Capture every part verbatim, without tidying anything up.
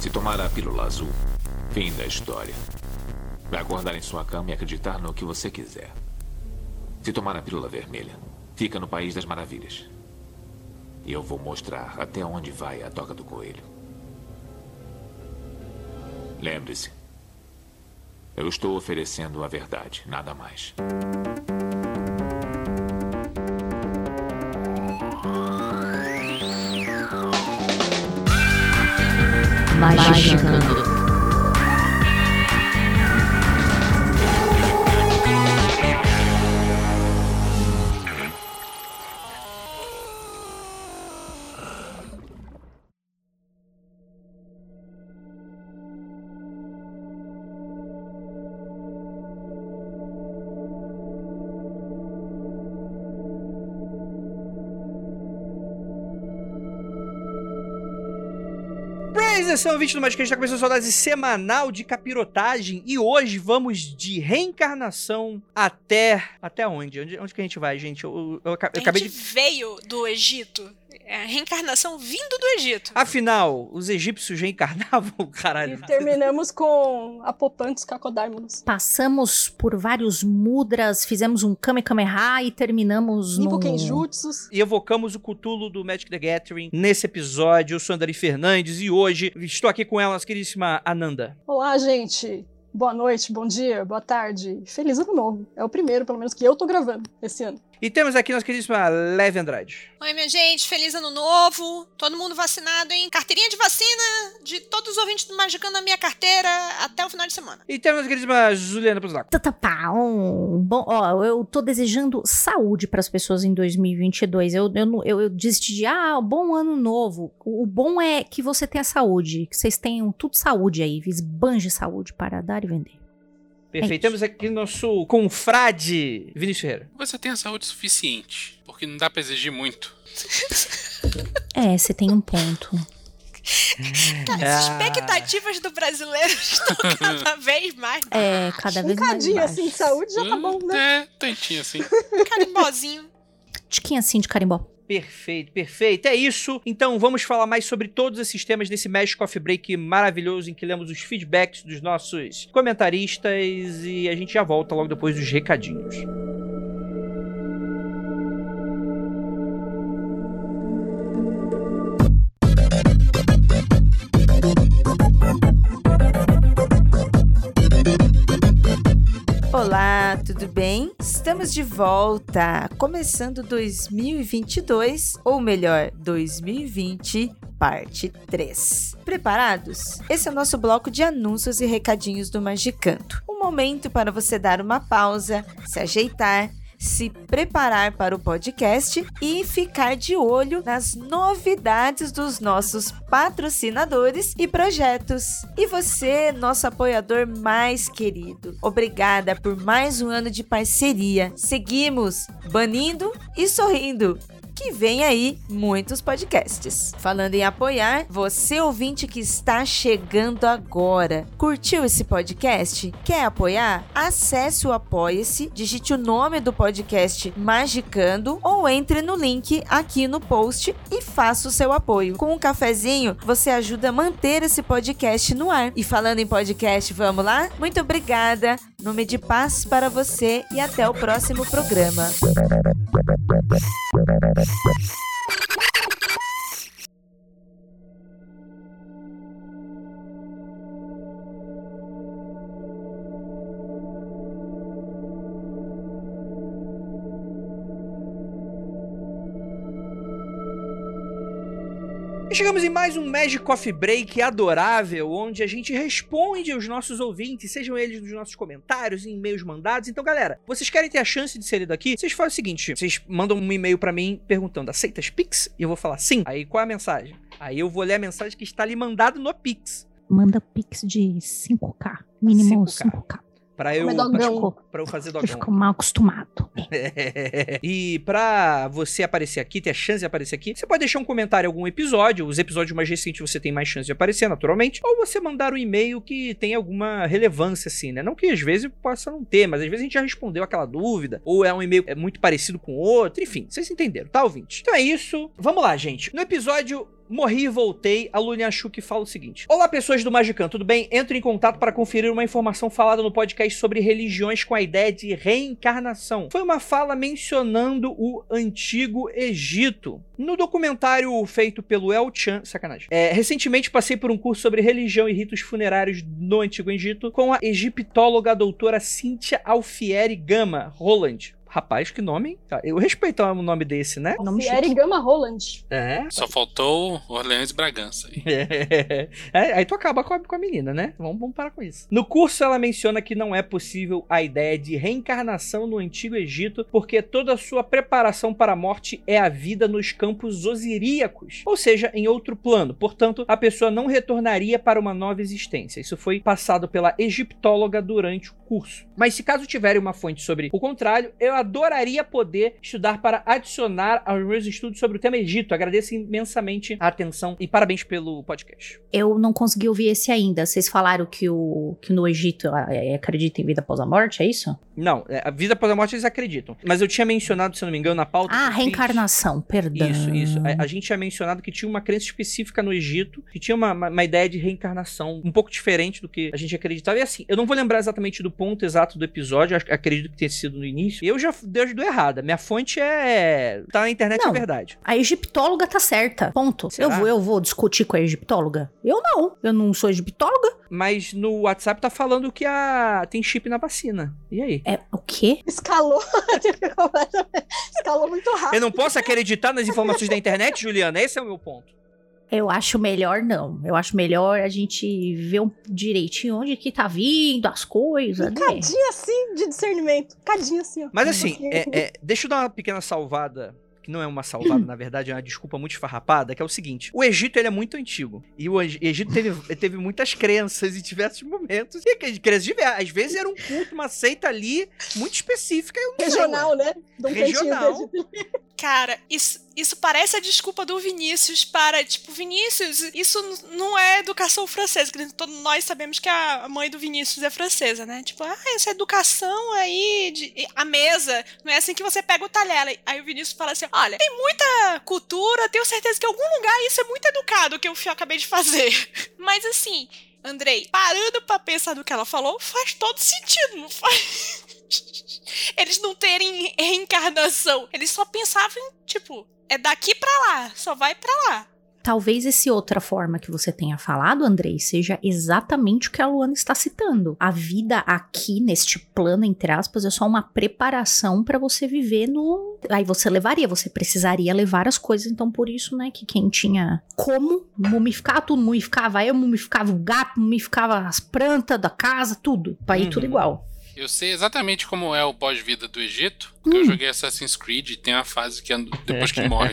Se tomar a pílula azul, fim da história. Vai acordar em sua cama e acreditar no que você quiser. Se tomar a pílula vermelha, fica no País das Maravilhas. E eu vou mostrar até onde vai a toca do coelho. Lembre-se, eu estou oferecendo a verdade, nada mais. Magicando. Atenção, ouvinte do Magicante, está começando a sua dose semanal de capirotagem e hoje vamos de reencarnação até... Até onde? Onde, onde que a gente vai, gente? Eu, eu, eu acabei a gente de... veio do Egito. É a reencarnação vindo do Egito. Afinal, os egípcios reencarnavam, caralho. E terminamos com Apopantos Cacodármonos. Passamos por vários mudras, fizemos um Kamehameha e terminamos no... Kenjutsus. E evocamos o Cthulhu do Magic the Gathering nesse episódio. Eu sou Andrei Fernandes e hoje estou aqui com ela, nossa queridíssima Ananda. Olá, gente. Boa noite, bom dia, boa tarde. Feliz ano novo. É o primeiro, pelo menos, que eu tô gravando esse ano. E temos aqui nossa queridíssima Leve Andrade. Oi, minha gente. Feliz ano novo. Todo mundo vacinado, hein? Carteirinha de vacina de todos os ouvintes do Magicando na minha carteira até o final de semana. E temos nossa queridíssima Juliana Puzlaco. Tatapau. Bom, ó, eu tô desejando saúde pras pessoas em dois mil e vinte e dois. Eu, eu, eu, eu desisti de, ah, bom ano novo. O, o bom é que você tenha saúde, que vocês tenham tudo saúde aí, esbanje saúde para dar e vender. Perfeito. Temos aqui nosso confrade Vinícius Ferreira. Você tem a saúde suficiente, porque não dá pra exigir muito. É, você tem um ponto. Cara, as expectativas do brasileiro estão cada vez mais baixas. É, cada vez um mais cadinho baixo. assim de saúde já tá bom, né? É, tantinho assim. Carimbozinho. Tiquinho assim de carimbó. Perfeito, perfeito. É isso. Então vamos falar mais sobre todos esses temas desse Magic Coffee Break maravilhoso em que lemos os feedbacks dos nossos comentaristas e a gente já volta logo depois dos recadinhos. Olá, tudo bem? Estamos de volta, começando dois mil e vinte e dois, ou melhor, dois mil e vinte, parte três. Preparados? Esse é o nosso bloco de anúncios e recadinhos do Magicanto. Um momento para você dar uma pausa, se ajeitar, se preparar para o podcast e ficar de olho nas novidades dos nossos patrocinadores e projetos. E você, nosso apoiador mais querido, obrigada por mais um ano de parceria. Seguimos banindo e sorrindo. Que vem aí muitos podcasts. Falando em apoiar, você ouvinte que está chegando agora, curtiu esse podcast? Quer apoiar? Acesse o Apoia-se, digite o nome do podcast Magicando ou entre no link aqui no post e faça o seu apoio. Com um cafezinho, você ajuda a manter esse podcast no ar. E falando em podcast, vamos lá? Muito obrigada, nome de paz para você e até o próximo programa. E chegamos em mais um Magic Coffee Break adorável, onde a gente responde aos nossos ouvintes, sejam eles nos nossos comentários, em e-mails mandados. Então, galera, vocês querem ter a chance de ser lido aqui? Vocês fazem o seguinte, vocês mandam um e-mail pra mim perguntando, aceitas Pix? E eu vou falar sim. Aí, qual é a mensagem? Aí eu vou ler a mensagem que está ali mandada no Pix. Manda Pix de cinco K, mínimo cinco K. cinco K. Pra eu, pra eu fazer dogão. Ficou mal acostumado. É. E pra você aparecer aqui, ter a chance de aparecer aqui, você pode deixar um comentário em algum episódio. Os episódios mais recentes você tem mais chance de aparecer, naturalmente. Ou você mandar um e-mail que tem alguma relevância, assim, né? Não que às vezes possa não ter, mas às vezes a gente já respondeu aquela dúvida. Ou é um e-mail muito parecido com outro. Enfim, vocês entenderam, tá, ouvinte? Então é isso. Vamos lá, gente. No episódio Morri e voltei, a Lunyashuk fala o seguinte. Olá, pessoas do Magicando, tudo bem? Entro em contato para conferir uma informação falada no podcast sobre religiões com a ideia de reencarnação. Foi uma fala mencionando o Antigo Egito. No documentário feito pelo El Chan... Sacanagem. É, recentemente passei por um curso sobre religião e ritos funerários no Antigo Egito com a egiptóloga a doutora Cíntia Alfieri Gama Roland. Rapaz, que nome? Eu respeito o nome desse, né? Alfieri Gama Roland. É. Só faltou Orleans e Bragança aí. É. É, aí tu acaba com a, com a menina, né? Vamos, vamos parar com isso. No curso, ela menciona que não é possível a ideia de reencarnação no Antigo Egito, porque toda a sua preparação para a morte é a vida nos campos osiríacos, ou seja, em outro plano. Portanto, a pessoa não retornaria para uma nova existência. Isso foi passado pela egiptóloga durante o curso. Mas se caso tiverem uma fonte sobre o contrário, eu adoraria poder estudar para adicionar aos meus estudos sobre o tema Egito. Agradeço imensamente a atenção e parabéns pelo podcast. Eu não consegui ouvir esse ainda. Vocês falaram que, o, que no Egito acredita em vida após a morte, é isso? Não, a vida após a morte eles acreditam. Mas eu tinha mencionado, se eu não me engano, na pauta... Ah, reencarnação, fiz... perdão. Isso, isso. A, a gente tinha mencionado que tinha uma crença específica no Egito, que tinha uma, uma, uma ideia de reencarnação um pouco diferente do que a gente acreditava. E assim, eu não vou lembrar exatamente do ponto exato do episódio, eu acredito que tenha sido no início. Eu já deu errada. Minha fonte é... tá na internet, não, é verdade. A egiptóloga tá certa. Ponto. Eu vou, eu vou discutir com a egiptóloga? Eu não. Eu não sou egiptóloga. Mas no WhatsApp tá falando que a... tem chip na vacina. E aí? É o quê? Escalou. Escalou muito rápido. Eu não posso acreditar nas informações da internet, Juliana? Esse é o meu ponto. Eu acho melhor não. Eu acho melhor a gente ver um direitinho onde que tá vindo as coisas, um né? Cadinho assim de discernimento. Cadinho assim, ó. Mas assim, é, é, deixa eu dar uma pequena salvada, que não é uma salvada, na verdade, é uma desculpa muito esfarrapada, que é o seguinte. O Egito, ele é muito antigo. E o Egito teve, teve muitas crenças em diversos momentos. E que crenças diversas. Às vezes era um culto, uma seita ali, muito específica. Eu não Regional, sei, né? De um Regional. Cara, isso, isso parece a desculpa do Vinícius para, tipo, Vinícius, isso não é educação francesa, que todos nós sabemos que a mãe do Vinícius é francesa, né? Tipo, ah, essa educação aí, de, a mesa, não é assim que você pega o talher. Aí o Vinícius fala assim, olha, tem muita cultura, tenho certeza que em algum lugar isso é muito educado, o que eu acabei de fazer. Mas assim, Andrei, parando pra pensar no que ela falou, faz todo sentido, não faz... Eles não terem reencarnação. Eles só pensavam em, tipo, é daqui pra lá, só vai pra lá. Talvez essa outra forma que você tenha falado, Andrei, seja exatamente o que a Luana está citando. A vida aqui, neste plano, entre aspas, é só uma preparação pra você viver no... Aí você levaria, você precisaria levar as coisas. Então, por isso, né, que quem tinha como mumificar, tudo mumificava. Eu mumificava o gato, mumificava as plantas da casa, tudo. Pra ir uhum. tudo igual. Eu sei exatamente como é o pós-vida do Egito, porque hum. eu joguei Assassin's Creed e tem uma fase que é depois que morre.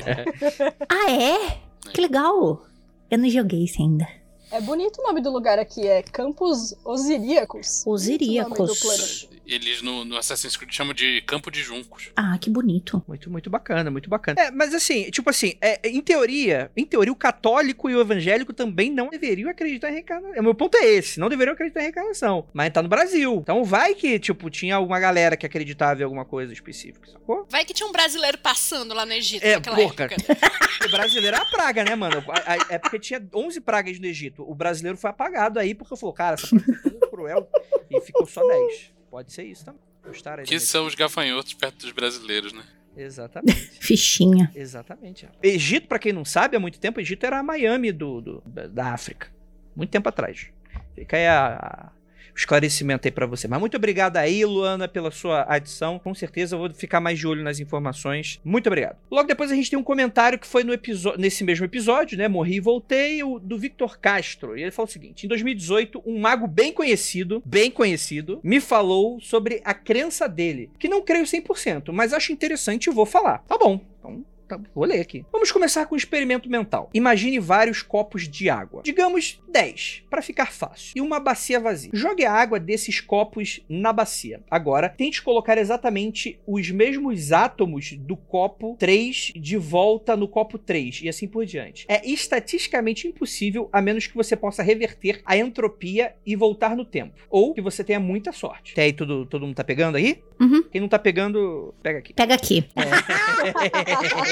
Ah, é? é? Que legal. Eu não joguei isso ainda. É bonito o nome do lugar aqui, é Campos Osiríacos. Osiríacos. Eles no, no Assassin's Creed chamam de Campo de Juncos. Ah, que bonito. Muito, muito bacana, muito bacana. É, mas assim, tipo assim, é, em teoria, em teoria o católico e o evangélico também não deveriam acreditar em reencarnação. O meu ponto é esse, não deveriam acreditar em reencarnação. Mas tá no Brasil. Então vai que, tipo, tinha alguma galera que acreditava em alguma coisa específica, sacou? Vai que tinha um brasileiro passando lá no Egito é, naquela porra, época. O brasileiro é a praga, né, mano? É porque tinha onze pragas no Egito. O brasileiro foi apagado aí porque falou, cara, essa praga é tão cruel. E ficou só dez. Pode ser isso também. Que são os gafanhotos perto dos brasileiros, né? Exatamente. Fichinha. Exatamente. Egito, pra quem não sabe, há muito tempo, Egito era a Miami do, do, da África. Muito tempo atrás. Fica aí a, a, o esclarecimento aí pra você. Mas muito obrigado aí, Luana, pela sua adição. Com certeza eu vou ficar mais de olho nas informações. Muito obrigado. Logo depois a gente tem um comentário que foi no episódio, nesse mesmo episódio, né? Morri e voltei, o, do Victor Castro. E ele falou o seguinte: em dois mil e dezoito, um mago bem conhecido, bem conhecido, me falou sobre a crença dele. Que não creio cem por cento, mas acho interessante e vou falar. Tá bom, então... Vou ler aqui. Vamos começar com um experimento mental. Imagine vários copos de água. Digamos dez, para ficar fácil. E uma bacia vazia. Jogue a água desses copos na bacia. Agora, tente colocar exatamente os mesmos átomos do copo três de volta no copo três. E assim por diante. É estatisticamente impossível, a menos que você possa reverter a entropia e voltar no tempo. Ou que você tenha muita sorte. Até aí, tudo, todo mundo tá pegando aí? Uhum. Quem não tá pegando, pega aqui. Pega aqui. É.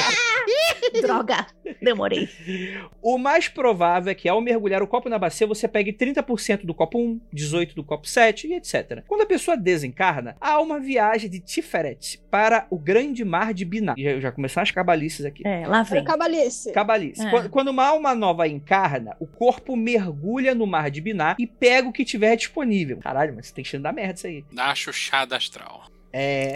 Droga, demorei. O mais provável é que ao mergulhar o copo na bacia, você pegue trinta por cento do copo um, dezoito por cento do copo sete e etcétera. Quando a pessoa desencarna, há uma viagem de Tiferet para o grande mar de Binah. Já, já começaram as cabalices aqui. É, lá vem. Cabalice. Cabalice. É. Quando, quando uma alma nova encarna, o corpo mergulha no mar de Binah e pega o que tiver disponível. Caralho, mas você tem cheiro da merda isso aí. Dá a chuchada astral. É...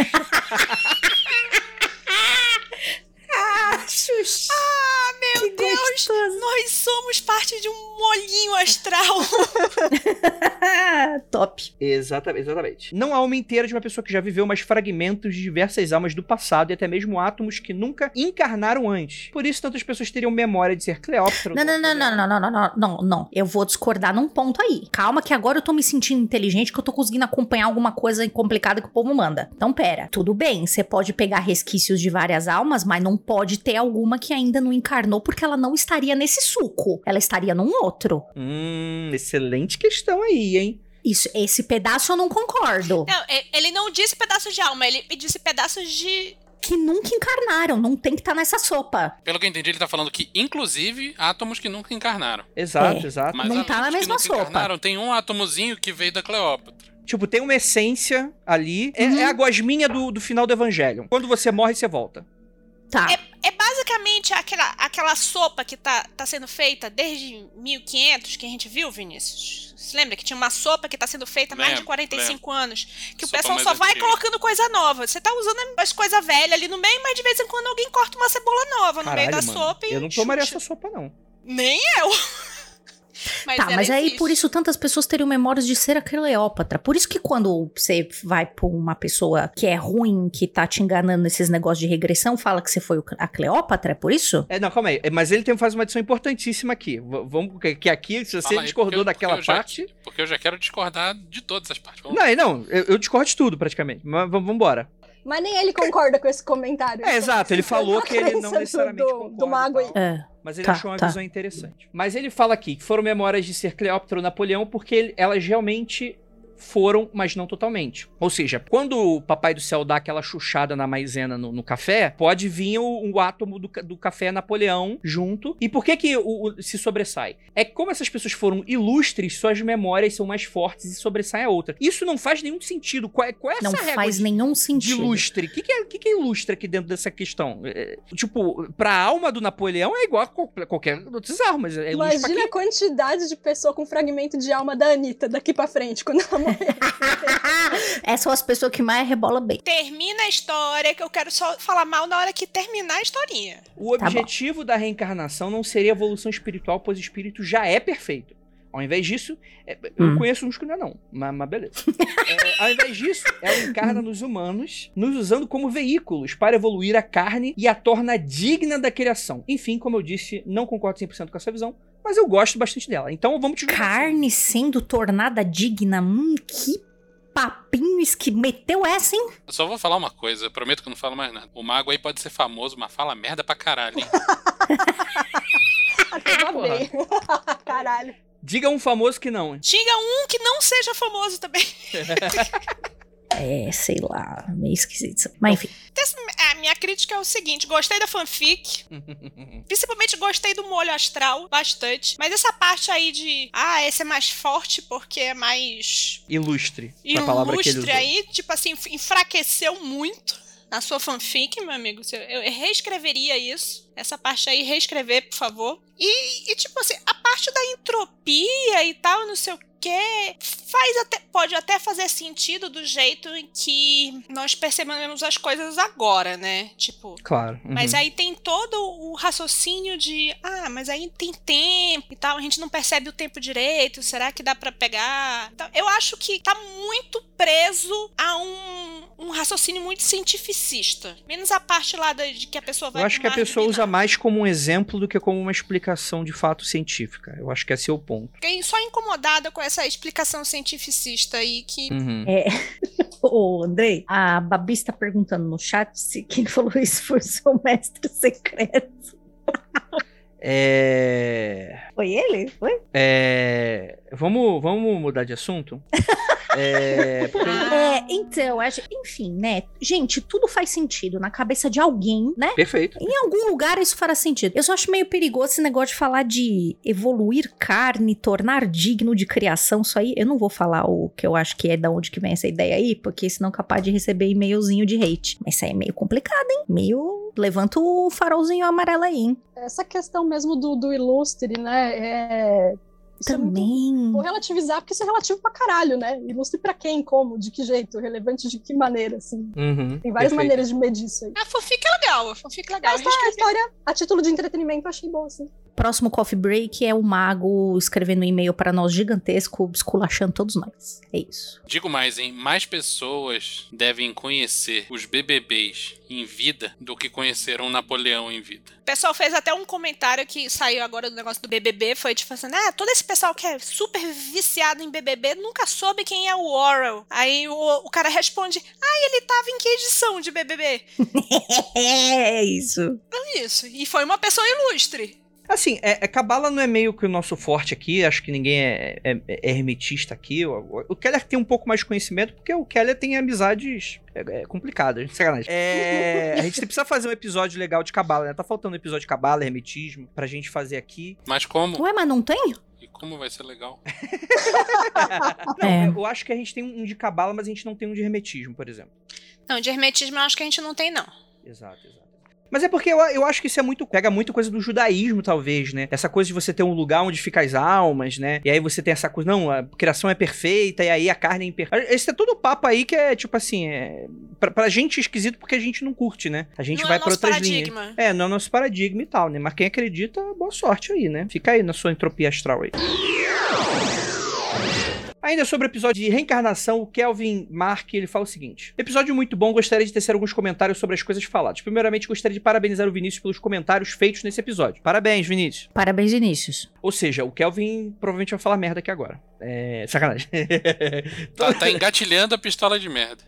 Xuxa. Ah, meu Que Deus! gostoso. Nós somos parte de um molinho astral. Top. Exatamente, exatamente. Não a alma inteira de uma pessoa que já viveu, mas fragmentos de diversas almas do passado e até mesmo átomos que nunca encarnaram antes. Por isso, tantas pessoas teriam memória de ser Cleópatra. Não, não, não, não, não, não, não, não, não, não. Eu vou discordar num ponto aí. Calma que agora eu tô me sentindo inteligente, que eu tô conseguindo acompanhar alguma coisa complicada que o povo manda. Então, pera. Tudo bem, você pode pegar resquícios de várias almas, mas não pode ter alguma que ainda não encarnou, porque ela não estaria nesse suco. Ela estaria num outro. Hum, excelente questão aí, hein? Isso, esse pedaço eu não concordo. Não, e- ele não disse pedaços de alma, ele disse pedaços de... Que nunca encarnaram, não tem que estar nessa sopa. Pelo que eu entendi, ele tá falando que, inclusive, átomos que nunca encarnaram. Exato, É. exato. Mas Não além tá na dos que mesma nunca sopa. encarnaram, tem um átomozinho que veio da Cleópatra. Tipo, tem uma essência ali. É, Uhum. é a gosminha do, do final do Evangelho. Quando você morre, você volta. Tá. É basicamente aquela, aquela sopa que tá, tá sendo feita desde mil e quinhentos, que a gente viu, Vinícius? Você lembra que tinha uma sopa que tá sendo feita há mais de Lembro, quarenta e cinco anos? Que o Sopa pessoal mais só vai antiga. colocando coisa nova. Você tá usando as coisas velhas ali no meio, mas de vez em quando alguém corta uma cebola nova no meio da mano, sopa e eu não tomaria chucha. essa sopa, não. Nem eu. Mas Tá, ela mas aí existe. por isso tantas pessoas teriam memórias de ser a Cleópatra. Por isso que quando você vai por uma pessoa que é ruim, que tá te enganando nesses negócios de regressão, fala que você foi o- a Cleópatra, é por isso? É, não, calma aí. É, Mas ele tem, faz uma adição importantíssima aqui. V- vamos, que- que aqui, se você Fala aí, discordou porque eu- daquela porque eu já- parte... Porque eu já quero discordar de todas as partes. Vamos Não, não, eu, eu discordo de tudo, praticamente. Mas vamos embora. Mas nem ele concorda com esse comentário. É, exato. Ele falou que ele não crença do- necessariamente do- concorda do mago e aí. tal. É. Mas ele Tá, achou uma tá. visão interessante. Mas ele fala aqui que foram memórias de ser Cleópatra ou Napoleão porque ele- elas realmente foram, mas não totalmente. Ou seja, quando o Papai do Céu dá aquela chuchada na maisena no, no café, pode vir o, o átomo do, ca- do café Napoleão junto. E por que que o, o- se sobressai? É que como essas pessoas foram ilustres, suas memórias são mais fortes e sobressaem a outra. Isso não faz nenhum sentido. Qual é, qual é essa Não régua faz de- nenhum de sentido. ilustre? O que, que, é, que, que é ilustre aqui dentro dessa questão? É, tipo, pra alma do Napoleão é igual a qual- qualquer outras almas. É ilustre pra Imagina a quem? quantidade de pessoa com fragmento de alma da Anitta daqui pra frente, quando ela morrer. Essas são as pessoas que mais rebola bem. Termina a história, que eu quero só falar mal na hora que terminar a historinha. O Tá objetivo da reencarnação não seria evolução espiritual, pois o espírito já é perfeito. Ao invés disso, é- eu Hum. conheço uns que não é não, mas, mas beleza. É, ao invés disso, ela encarna nos humanos, nos usando como veículos para evoluir a carne e a torna digna da criação. Enfim, como eu disse, não concordo cem por cento com essa visão, mas eu gosto bastante dela. Então vamos te Carne sendo tornada digna. Hum, que papinho que meteu essa, hein? Eu só vou falar uma coisa, eu prometo que eu não falo mais nada. O mago aí pode ser famoso, mas fala merda pra caralho, hein? Acaba bem. Caralho. Diga um famoso que não. Diga um que não seja famoso também. É, sei lá, meio esquisito. Mas enfim. A minha crítica é o seguinte: gostei da fanfic. Principalmente gostei do molho astral, bastante. Mas essa parte aí de, ah, esse é mais forte porque é mais Ilustre. Foi a palavra que ele ilustre usou. aí, tipo assim, enfraqueceu muito na sua fanfic, meu amigo. Eu eu reescreveria isso. Essa parte aí, reescrever, por favor. E, e, tipo assim, a parte da entropia e tal, não sei o quê, faz até, pode até fazer sentido do jeito em que nós percebemos as coisas agora, né? Tipo, Claro. uhum. mas aí tem todo o raciocínio de, ah, mas aí tem tempo e tal, a gente não percebe o tempo direito, será que dá pra pegar? Então, eu acho que tá muito preso a um, um raciocínio muito cientificista. Menos a parte lá da- de que a pessoa vai Eu acho pro que a mar pessoa de usa Binah. mais como um exemplo do que como uma explicação de fato científica. Eu acho que esse é o ponto. Fiquei só incomodada com essa explicação cientificista aí que... Uhum. Ô, Andrei, a Babi está perguntando no chat se quem falou isso foi o seu mestre secreto. É... Foi ele? Foi? É... Vamos, vamos mudar de assunto? É, porque... É, então, acho- enfim, né? Gente, tudo faz sentido na cabeça de alguém, né? Perfeito. Em algum lugar isso fará sentido. Eu só acho meio perigoso esse negócio de falar de evoluir carne, tornar digno de criação. Isso aí, eu não vou falar o que eu acho que é da onde que vem essa ideia aí, porque senão é capaz de receber e-mailzinho de hate. Mas isso aí é meio complicado, hein? Meio... Levanta o farolzinho amarelo aí, hein? Essa questão mesmo do, do ilustre, né? É... Isso é muito- Também. Vou relativizar, porque isso é relativo pra caralho, né? Ilustre pra quem, como, de que jeito, relevante de que maneira, assim. Uhum, Tem várias perfeito. maneiras de medir isso aí. A fanfic é legal, a fanfic é legal. Mas a história, a título de entretenimento, eu achei boa, assim. Próximo coffee break é o mago escrevendo um e-mail para nós gigantesco, esculachando todos nós. É isso. Digo mais, hein? Mais pessoas devem conhecer os B B Bs em vida do que conheceram Napoleão em vida. O pessoal fez até um comentário que saiu agora do negócio do B B B, foi tipo assim, ah, todo esse pessoal que é super viciado em B B B nunca soube quem é o Orwell. Aí o, o cara responde, ah, ele tava em que edição de B B B? É isso. É isso, e foi uma pessoa ilustre. Assim, é, é, Cabala não é meio que o nosso forte aqui, acho que ninguém é, é, é hermetista aqui. O, o Keller tem um pouco mais de conhecimento, porque o Keller tem amizades é, é, complicadas, sacanagem. É, a gente precisa fazer um episódio legal de Cabala, né? Tá faltando um episódio de Cabala, hermetismo, pra gente fazer aqui. Mas como? Ué, mas não tem? E como vai ser legal? Não, É. eu, eu acho que a gente tem um de Cabala, mas a gente não tem um de hermetismo, por exemplo. Não, de hermetismo eu acho que a gente não tem, não. Exato, exato. Mas é porque eu, eu acho que isso é muito. Pega muito coisa do judaísmo, talvez, né? Essa coisa de você ter um lugar onde fica as almas, né? E aí você tem essa coisa. Não, a criação é perfeita, e aí a carne é imperfeita. Esse é todo o papo aí que é, tipo assim. É, pra, pra gente é esquisito porque a gente não curte, né? A gente Não vai é pra nosso outras paradigma. linhas. É, não é nosso paradigma e tal, né? Mas quem acredita, boa sorte aí, né? Fica aí na sua entropia astral aí. Ainda sobre o episódio de reencarnação, o Kelvin Mark, ele fala o seguinte: episódio muito bom, gostaria de tecer alguns comentários sobre as coisas faladas. Primeiramente, gostaria de parabenizar o Vinícius pelos comentários feitos nesse episódio. Parabéns, Vinícius. Parabéns, Vinícius. Ou seja, o Kelvin provavelmente vai falar merda aqui agora. É... Sacanagem. Tá, tá engatilhando a pistola de merda.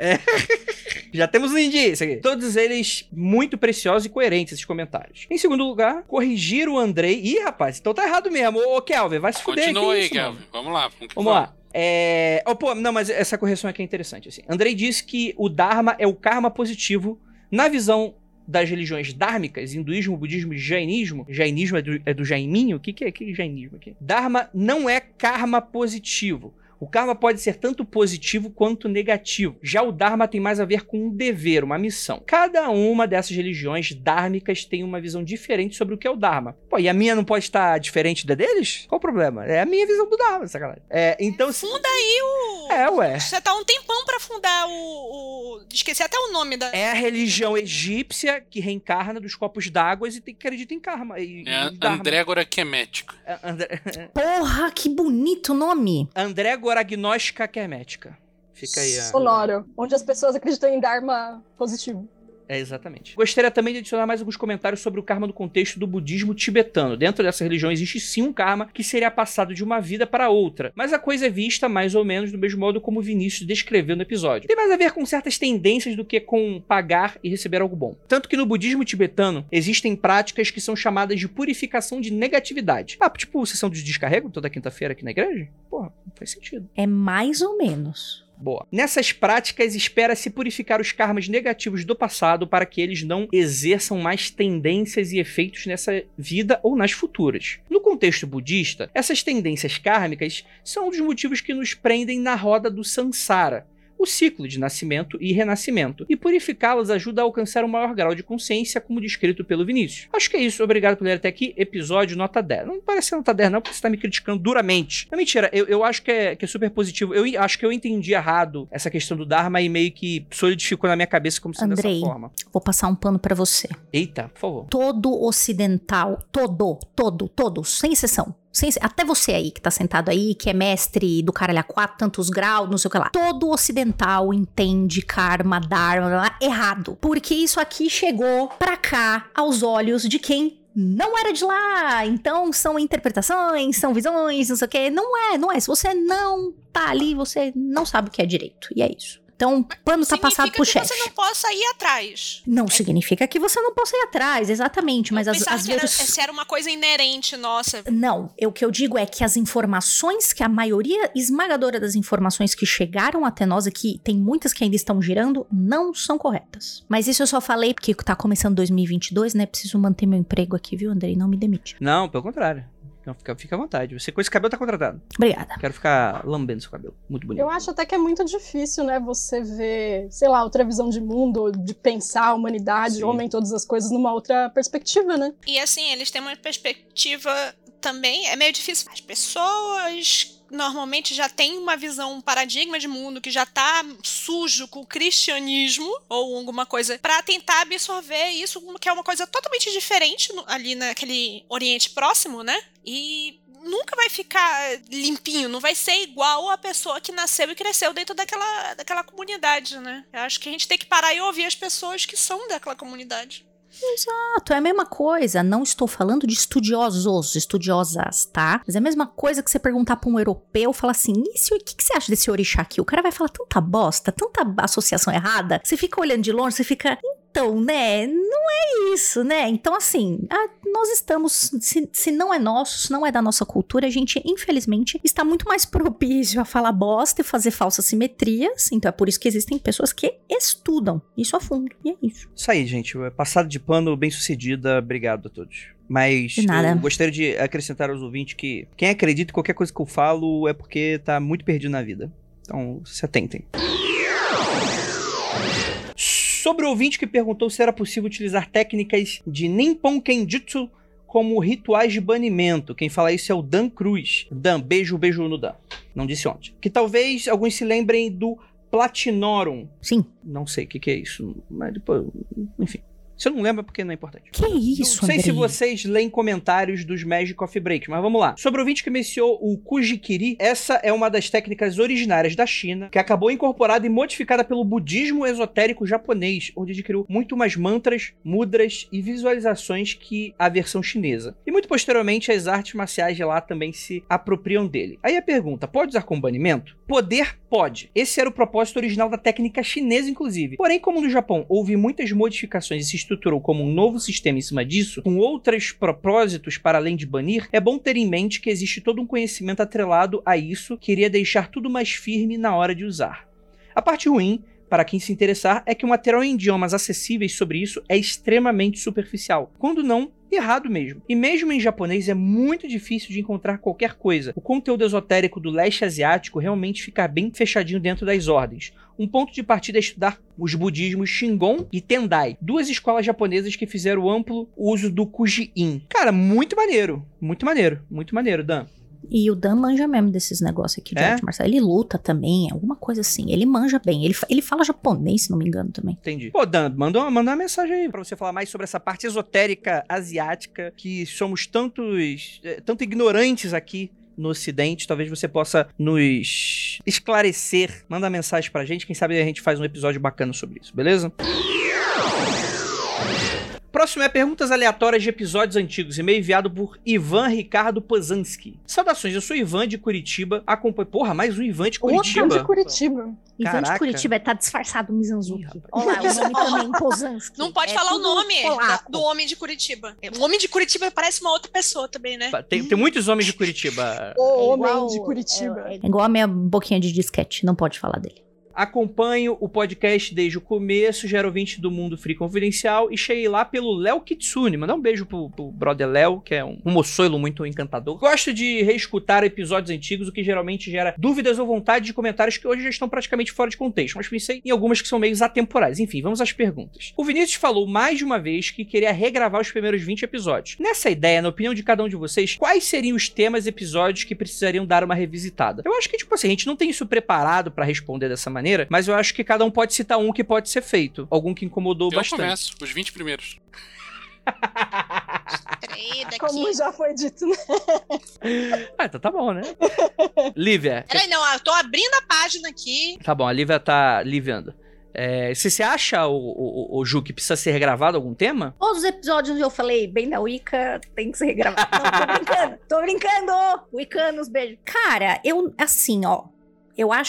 Já temos um indício aqui. Todos eles muito preciosos e coerentes, esses comentários. Em segundo lugar, corrigir o Andrei. Ih, rapaz, então tá errado mesmo. Ô, Kelvin, vai se fuder aqui. Continua aí, isso, mano. Kelvin. Vamos lá. Vamos, que Vamos lá. É... Oh, pô, não, mas essa correção aqui é interessante, assim. Andrei disse que o Dharma é o karma positivo na visão das religiões dármicas, hinduísmo, budismo e jainismo. Jainismo é do, é do jaiminho? O que, que é que jainismo aqui? Dharma não é karma positivo. O karma pode ser tanto positivo quanto negativo. Já o Dharma tem mais a ver com um dever, uma missão. Cada uma dessas religiões dármicas tem uma visão diferente sobre o que é o Dharma. Pô, e a minha não pode estar diferente da deles? Qual o problema? É a minha visão do Dharma, sacanagem. É, então... Funda aí o... É, ué. Você tá um tempão pra fundar o... o... Esqueci até o nome da... É a religião egípcia que reencarna dos copos d'água e tem- que acredita em karma. E, É a e Dharma. Andrégora Quemética. É, André... Porra, que bonito nome. Andrégora agnóstica hermética. Fica aí a... Sonoro, onde as pessoas acreditam em Dharma positivo. É, exatamente. Gostaria também de adicionar mais alguns comentários sobre o karma no contexto do budismo tibetano. Dentro dessa religião existe sim um karma que seria passado de uma vida para outra, mas a coisa é vista mais ou menos do mesmo modo como o Vinícius descreveu no episódio. Tem mais a ver com certas tendências do que com pagar e receber algo bom. Tanto que no budismo tibetano existem práticas que são chamadas de purificação de negatividade. Ah, tipo sessão de descarrego toda quinta-feira aqui na igreja? Porra, não faz sentido. É mais ou menos. Boa. Nessas práticas, espera-se purificar os karmas negativos do passado para que eles não exerçam mais tendências e efeitos nessa vida ou nas futuras. No contexto budista, essas tendências kármicas são um dos motivos que nos prendem na roda do samsara, o ciclo de nascimento e renascimento, e purificá-las ajuda a alcançar um maior grau de consciência, como descrito pelo Vinícius. Acho que é isso, obrigado por ler até aqui, episódio nota dez. Não parece ser nota dez não, porque você tá me criticando duramente. Não, mentira, eu, eu acho que é, que é super positivo. Eu acho que eu entendi errado essa questão do Dharma e meio que solidificou na minha cabeça como sendo Andrei, dessa forma. vou passar um pano pra você. Eita, por favor. Todo ocidental, todo, todo, todo, sem exceção. Sem, até você aí que tá sentado aí, que é mestre do caralho a quatro, tantos graus, não sei o que lá. Todo ocidental entende karma, dharma, errado. Porque isso aqui chegou pra cá aos olhos de quem não era de lá. Então são interpretações, são visões, não sei o que. Não é, não é. Se você não tá ali, você não sabe o que é direito. E é isso. Então, pano tá passado pro chefe. Significa que você não possa ir atrás. Não é. Significa que você não possa ir atrás, exatamente. Mas eu às, às que era, vezes... Essa era uma coisa inerente, nossa. Não, o que eu digo é que as informações, que a maioria esmagadora das informações que chegaram até nós, e que tem muitas que ainda estão girando, não são corretas. Mas isso eu só falei porque tá começando dois mil e vinte e dois, né? Preciso manter meu emprego aqui, viu, Andrei? Não me demite. Não, pelo contrário. Então fica, fica à vontade. Você com esse cabelo tá contratado. Obrigada. Quero ficar lambendo seu cabelo. Muito bonito. Eu acho até que é muito difícil, né? Você ver, sei lá, outra visão de mundo, de pensar a humanidade, Sim. o homem, todas as coisas numa outra perspectiva, né? E assim, eles têm uma perspectiva também. É meio difícil. As pessoas normalmente já têm uma visão, um paradigma de mundo que já tá sujo com o cristianismo ou alguma coisa, pra tentar absorver isso, que é uma coisa totalmente diferente no, ali naquele Oriente Próximo, né? E nunca vai ficar limpinho, não vai ser igual a pessoa que nasceu e cresceu dentro daquela, daquela comunidade, né? Eu acho que a gente tem que parar e ouvir as pessoas que são daquela comunidade. Exato, é a mesma coisa. Não estou falando de estudiosos, estudiosas, tá? Mas é a mesma coisa que você perguntar pra um europeu, falar assim, e se, o que, que você acha desse orixá aqui? O cara vai falar tanta bosta, tanta associação errada. Você fica olhando de longe, você fica... Então, né, não é isso, né? Então, assim, a, nós estamos, se, se não é nosso, se não é da nossa cultura, a gente, infelizmente, está muito mais propício a falar bosta e fazer falsas simetrias. Então, é por isso que existem pessoas que estudam isso a fundo, e é isso. Isso aí, gente. Passado de pano, bem sucedida. Obrigado a todos. Mas eu gostaria de acrescentar aos ouvintes que quem acredita em qualquer coisa que eu falo é porque tá muito perdido na vida. Então, se atentem. Sobre o ouvinte que perguntou se era possível utilizar técnicas de Nippon Kenjutsu como rituais de banimento. Quem fala isso é o Dan Cruz. Dan, beijo, beijo no Dan. Não disse onde. Que talvez alguns se lembrem do Platinorum. Sim. Não sei o que, que é isso, mas depois, enfim. Se eu não lembro é porque não é importante. Que isso, Não sei Andrei? se vocês leem comentários dos Magic Coffee Breaks, mas vamos lá. Sobre o ouvinte que mencionou o Kujikiri, essa é uma das técnicas originárias da China, que acabou incorporada e modificada pelo budismo esotérico japonês, onde adquiriu muito mais mantras, mudras e visualizações que a versão chinesa. E muito posteriormente, as artes marciais de lá também se apropriam dele. Aí a pergunta, pode usar como banimento? Poder pode. Esse era o propósito original da técnica chinesa, inclusive. Porém, como no Japão houve muitas modificações e se estruturou como um novo sistema em cima disso, com outros propósitos para além de banir, é bom ter em mente que existe todo um conhecimento atrelado a isso que iria deixar tudo mais firme na hora de usar. A parte ruim, para quem se interessar, é que o material em idiomas acessíveis sobre isso é extremamente superficial, quando não errado mesmo. E mesmo em japonês é muito difícil de encontrar qualquer coisa. O conteúdo esotérico do leste asiático realmente fica bem fechadinho dentro das ordens. Um ponto de partida é estudar os budismos Shingon e Tendai, duas escolas japonesas que fizeram amplo uso do Kuji-in. Cara, muito maneiro, muito maneiro, muito maneiro, Dan. E o Dan manja mesmo desses negócios aqui de É? arte marcial. Ele luta também, alguma coisa assim. Ele manja bem. Ele, fa- ele fala japonês, se não me engano, também. Entendi. Pô, Dan, manda uma, manda uma mensagem aí pra você falar mais sobre essa parte esotérica asiática que somos tantos, eh, tanto ignorantes aqui no Ocidente. Talvez você possa nos esclarecer. Manda uma mensagem pra gente. Quem sabe a gente faz um episódio bacana sobre isso, beleza? Próximo é perguntas aleatórias de episódios antigos, e-mail enviado por Ivan Ricardo Pozansky. Saudações, eu sou Ivan de Curitiba, acompanho... Porra, mais um Ivan de Curitiba. Outro de Curitiba. Ivan Caraca. de Curitiba tá disfarçado, Mizanzuki. Ih, rapaz. Olha lá, o nome também, Pozansky. Não pode É falar o tudo nome da- polaco. do homem de Curitiba. O homem de Curitiba parece uma outra pessoa também, né? Tem, tem muitos homens de Curitiba. O É homem igual- de Curitiba. É, é igual a minha boquinha de disquete, não pode falar dele. Acompanho o podcast desde o começo, já era ouvinte do Mundo Free Confidencial e cheguei lá pelo Léo Kitsune. Mandar um beijo pro, pro brother Léo, que é um, um moçoilo muito encantador. Gosto de reescutar episódios antigos, o que geralmente gera dúvidas ou vontade de comentários que hoje já estão praticamente fora de contexto, mas pensei em algumas que são meio atemporais. Enfim, vamos às perguntas. O Vinícius falou mais de uma vez que queria regravar os primeiros vinte episódios. Nessa ideia, na opinião de cada um de vocês, quais seriam os temas e episódios que precisariam dar uma revisitada? Eu acho que, tipo assim, a gente não tem isso preparado pra responder dessa maneira, mas eu acho que cada um pode citar um que pode ser feito. Algum que incomodou Eu bastante. começo, os vinte primeiros. Peraí, daqui. Como já foi dito, né? Ah, então tá bom, né? Lívia. Peraí, não, eu tô abrindo a página aqui. Tá bom, a Lívia tá liviando. É, se você acha, o, o, o Ju, que precisa ser regravado algum tema? Todos os episódios onde eu falei bem da Wicca tem que ser regravado. Não, tô brincando. Tô brincando. Wiccanos, beijo. Cara, eu, assim, ó. Eu acho que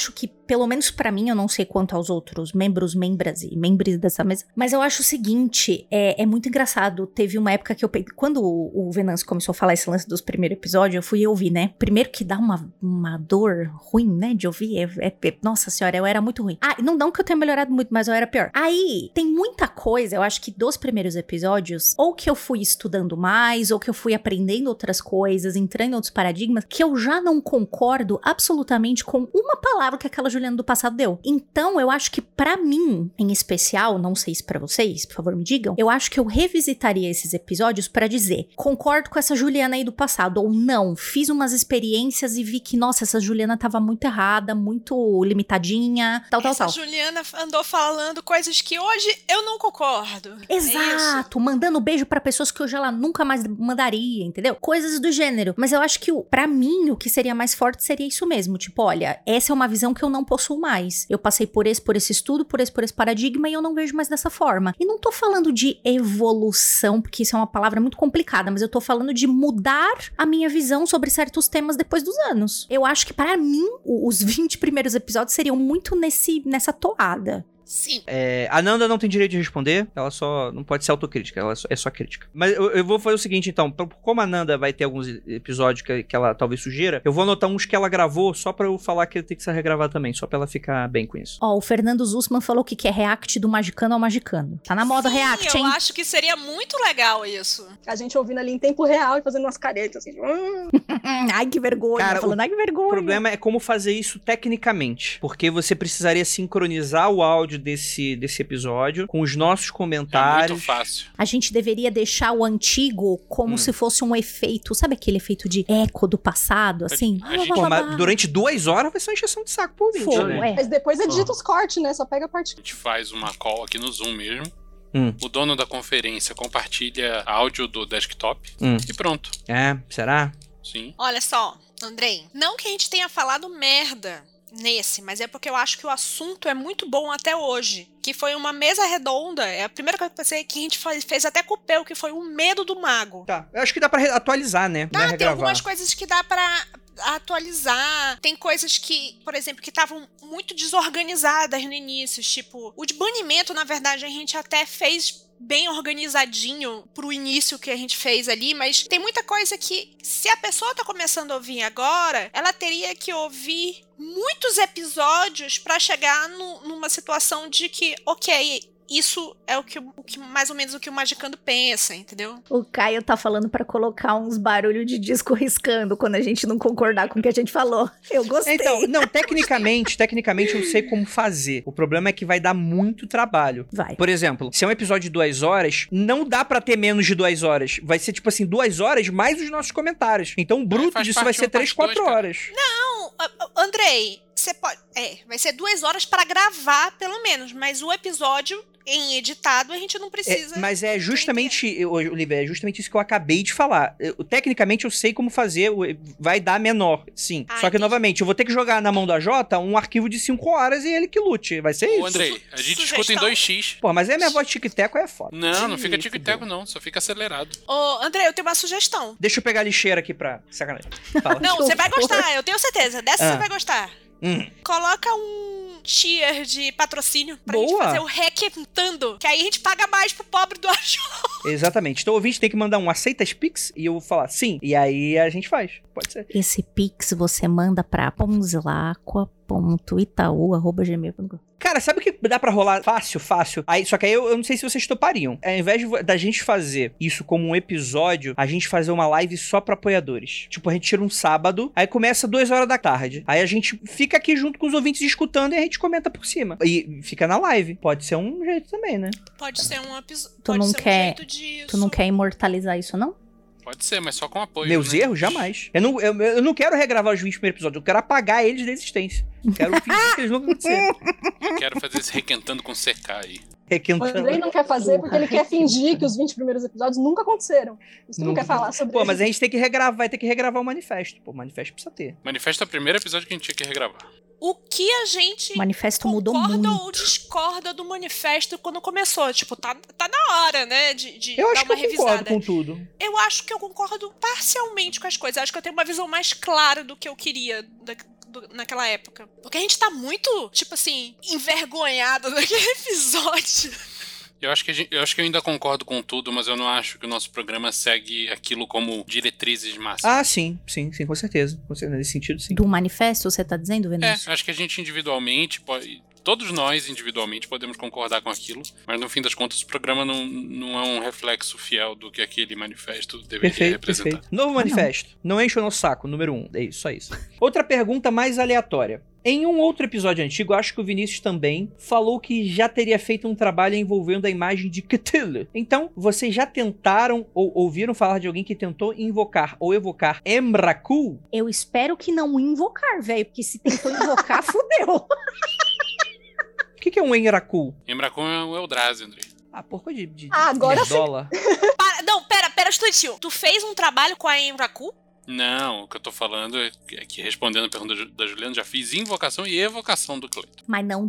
pelo menos pra mim, eu não sei quanto aos outros membros, membras e membros dessa mesa, mas eu acho o seguinte, é, é muito engraçado. Teve uma época que eu peguei, quando o, o Venâncio começou a falar esse lance dos primeiros episódios, eu fui ouvir, né? Primeiro que dá uma, uma dor ruim, né, de ouvir, é, é, é, nossa senhora, eu era muito ruim. Ah, não dá que eu tenha melhorado muito, mas eu era pior. Aí, tem muita coisa, eu acho que dos primeiros episódios, ou que eu fui estudando mais, ou que eu fui aprendendo outras coisas, entrando em outros paradigmas, que eu já não concordo absolutamente com uma palavra que aquela Juliana do passado deu. Então, eu acho que pra mim, em especial, não sei se pra vocês, por favor me digam, eu acho que eu revisitaria esses episódios pra dizer, concordo com essa Juliana aí do passado, ou não, fiz umas experiências e vi que, nossa, essa Juliana tava muito errada, muito limitadinha, tal, tal, essa tal. Juliana andou falando coisas que hoje eu não concordo. Exato, é mandando beijo pra pessoas que hoje ela nunca mais mandaria, entendeu? Coisas do gênero. Mas eu acho que, pra mim, o que seria mais forte seria isso mesmo. Tipo, olha, essa é uma visão que eu não possuo mais. Eu passei por esse, por esse estudo, por esse, por esse paradigma e eu não vejo mais dessa forma. E não tô falando de evolução, porque isso é uma palavra muito complicada, mas eu tô falando de mudar a minha visão sobre certos temas depois dos anos. Eu acho que, pra mim, os vinte primeiros episódios seriam muito nesse, nessa toada. Sim. É, a Nanda não tem direito de responder, ela só não pode ser autocrítica, ela só, é só crítica. Mas eu, eu vou fazer o seguinte, então, como a Nanda vai ter alguns episódios que, que ela talvez sugira, eu vou anotar uns que ela gravou só pra eu falar que tem que ser regravado também, só pra ela ficar bem com isso. Ó, o Fernando Zussman falou que quer react do Magicano ao Magicano. Tá na moda Sim, react, hein? Eu acho que seria muito legal isso. A gente ouvindo ali em tempo real e fazendo umas caretas assim. Hum. Ai, que vergonha. Cara, falando, ai, que vergonha. O problema é como fazer isso tecnicamente, porque você precisaria sincronizar o áudio desse, desse episódio com os nossos comentários. É muito fácil. A gente deveria deixar o antigo como Hum. se fosse um efeito, sabe aquele efeito de eco do passado, assim? A gente- Pô, mas durante duas horas vai ser uma encheção de saco por ouvinte, Fogo, né? é. Mas depois edita os cortes, né? Só pega a parte. A gente faz uma call aqui no Zoom mesmo. Hum. O dono da conferência compartilha áudio do desktop. Hum. E pronto. É, será? Sim. Olha só, Andrei, não que a gente tenha falado merda nesse, mas é porque eu acho que o assunto é muito bom até hoje. Que foi uma mesa redonda, é a primeira coisa que eu pensei que a gente faz- fez até com o Peu, que foi o medo do mago. Tá, eu acho que dá pra re- atualizar, né? Não é Ah, tem regravar. algumas coisas que dá pra atualizar. Tem coisas que, por exemplo, que estavam muito desorganizadas no início. Tipo, o de banimento, na verdade, a gente até fez bem organizadinho pro início que a gente fez ali, mas tem muita coisa que, se a pessoa tá começando a ouvir agora, ela teria que ouvir muitos episódios pra chegar no- numa situação de que, ok, isso é o que, o que mais ou menos o que o Magicando pensa, entendeu? O Caio tá falando pra colocar uns barulhos de disco riscando quando a gente não concordar com o que a gente falou. Eu gostei. Então, não, tecnicamente, tecnicamente eu sei como fazer. O problema é que vai dar muito trabalho. Vai. Por exemplo, se é um episódio de duas horas, não dá pra ter menos de duas horas. Vai ser tipo assim, duas horas mais os nossos comentários. Então o bruto faz disso parte vai um, ser três, parte dois, quatro cara. horas. Não, a- a- Andrei, você pode. É, vai ser duas horas pra gravar, pelo menos, mas o episódio em editado a gente não É, precisa. mas é justamente, eu- Olivia, é justamente isso que eu acabei de falar. Eu- tecnicamente eu sei como fazer, o- vai dar menor, sim. Ah, Só que, entendi. novamente, eu vou ter que jogar na mão da Jota um arquivo de cinco horas e ele que lute. Vai ser Ô, isso. Andrei, a gente Sugestão. escuta em dois x. Pô, mas aí a minha voz de tic-teco é foda. Não, não Ih, fica tico-teco fudeu. não, só fica acelerado. Ô, Andrei, eu tenho uma sugestão. Deixa eu pegar a lixeira aqui pra... Sacanagem. Fala. Não, Que você vai horror. gostar, eu tenho certeza. Dessa Ah. você vai gostar. Hum. Coloca um tier de patrocínio pra Boa. gente fazer o requentando, que aí a gente paga mais pro pobre do Ajo. Exatamente. Então o ouvinte tem que mandar um aceita as Pix e eu vou falar sim. E aí a gente faz. Pode ser. Esse pix você manda pra ponzilacqua ponto itaú arroba gmail ponto com. Cara, sabe o que dá pra rolar fácil, fácil? Aí, só que aí eu, eu não sei se vocês topariam. Ao invés de vo- da gente fazer isso como um episódio, a gente fazer uma live só pra apoiadores. Tipo, a gente tira um sábado, aí começa duas horas da tarde. Aí a gente fica aqui junto com os ouvintes escutando e a gente comenta por cima. E fica na live. Pode ser um jeito também, né? Pode ser um episódio. Tu Pode não ser quer- um jeito disso. Tu não quer imortalizar isso, não? Pode ser, mas só com apoio. Meus né? erros, jamais. Eu não, eu, eu não quero regravar os vinte primeiros episódios, eu quero apagar eles da existência. Quero fingir que eles nunca aconteceram. Eu quero fazer esse requentando com C K aí. O Requentando. Andrei não quer fazer porque ele quer fingir que os vinte primeiros episódios nunca aconteceram. Isso não Nunca. quer falar sobre Pô, eles. mas a gente tem que regravar, vai ter que regravar o manifesto. Pô, o manifesto precisa ter. Manifesto é o primeiro episódio que a gente tinha que regravar. o que a gente O manifesto mudou concorda muito. ou discorda do manifesto quando começou. Tipo, tá, tá na hora, né, de, de Eu dar acho que uma eu concordo revisada. com tudo. Eu acho que eu concordo parcialmente com as coisas. Eu acho que eu tenho uma visão mais clara do que eu queria da, do, naquela época. Porque a gente tá muito, tipo assim, envergonhado daquele episódio. Eu acho, que a gente, eu acho que eu ainda concordo com tudo, mas eu não acho que o nosso programa segue aquilo como diretrizes máximas. Ah, sim, sim, sim, com certeza. Com certeza, nesse sentido, sim. Do manifesto, você tá dizendo, É, Vinícius? eu acho que a gente individualmente pode... Todos nós, individualmente, podemos concordar com aquilo, mas no fim das contas o programa não, não é um reflexo fiel do que aquele manifesto deveria Perfeito, representar. perfeito. Novo manifesto. Não. não enche o nosso saco, número um. É isso, só isso. Outra pergunta mais aleatória. Em um outro episódio antigo, acho que o Vinícius também falou que já teria feito um trabalho envolvendo a imagem de Cthulhu. Então, vocês já tentaram ou ouviram falar de alguém que tentou invocar ou evocar Emrakul? Eu espero que não invocar, velho, porque se tentou invocar, fudeu. O que, que é um Emrakul? Emrakul é o Eldrazi, Andrei. Ah, porco de, de, Ah, agora de dólar. Para, não, pera, pera, estudantil. Tu fez um trabalho com a Emrakul? Não, o que eu tô falando é que, respondendo a pergunta da Juliana, já fiz invocação e evocação do Cleiton. Mas não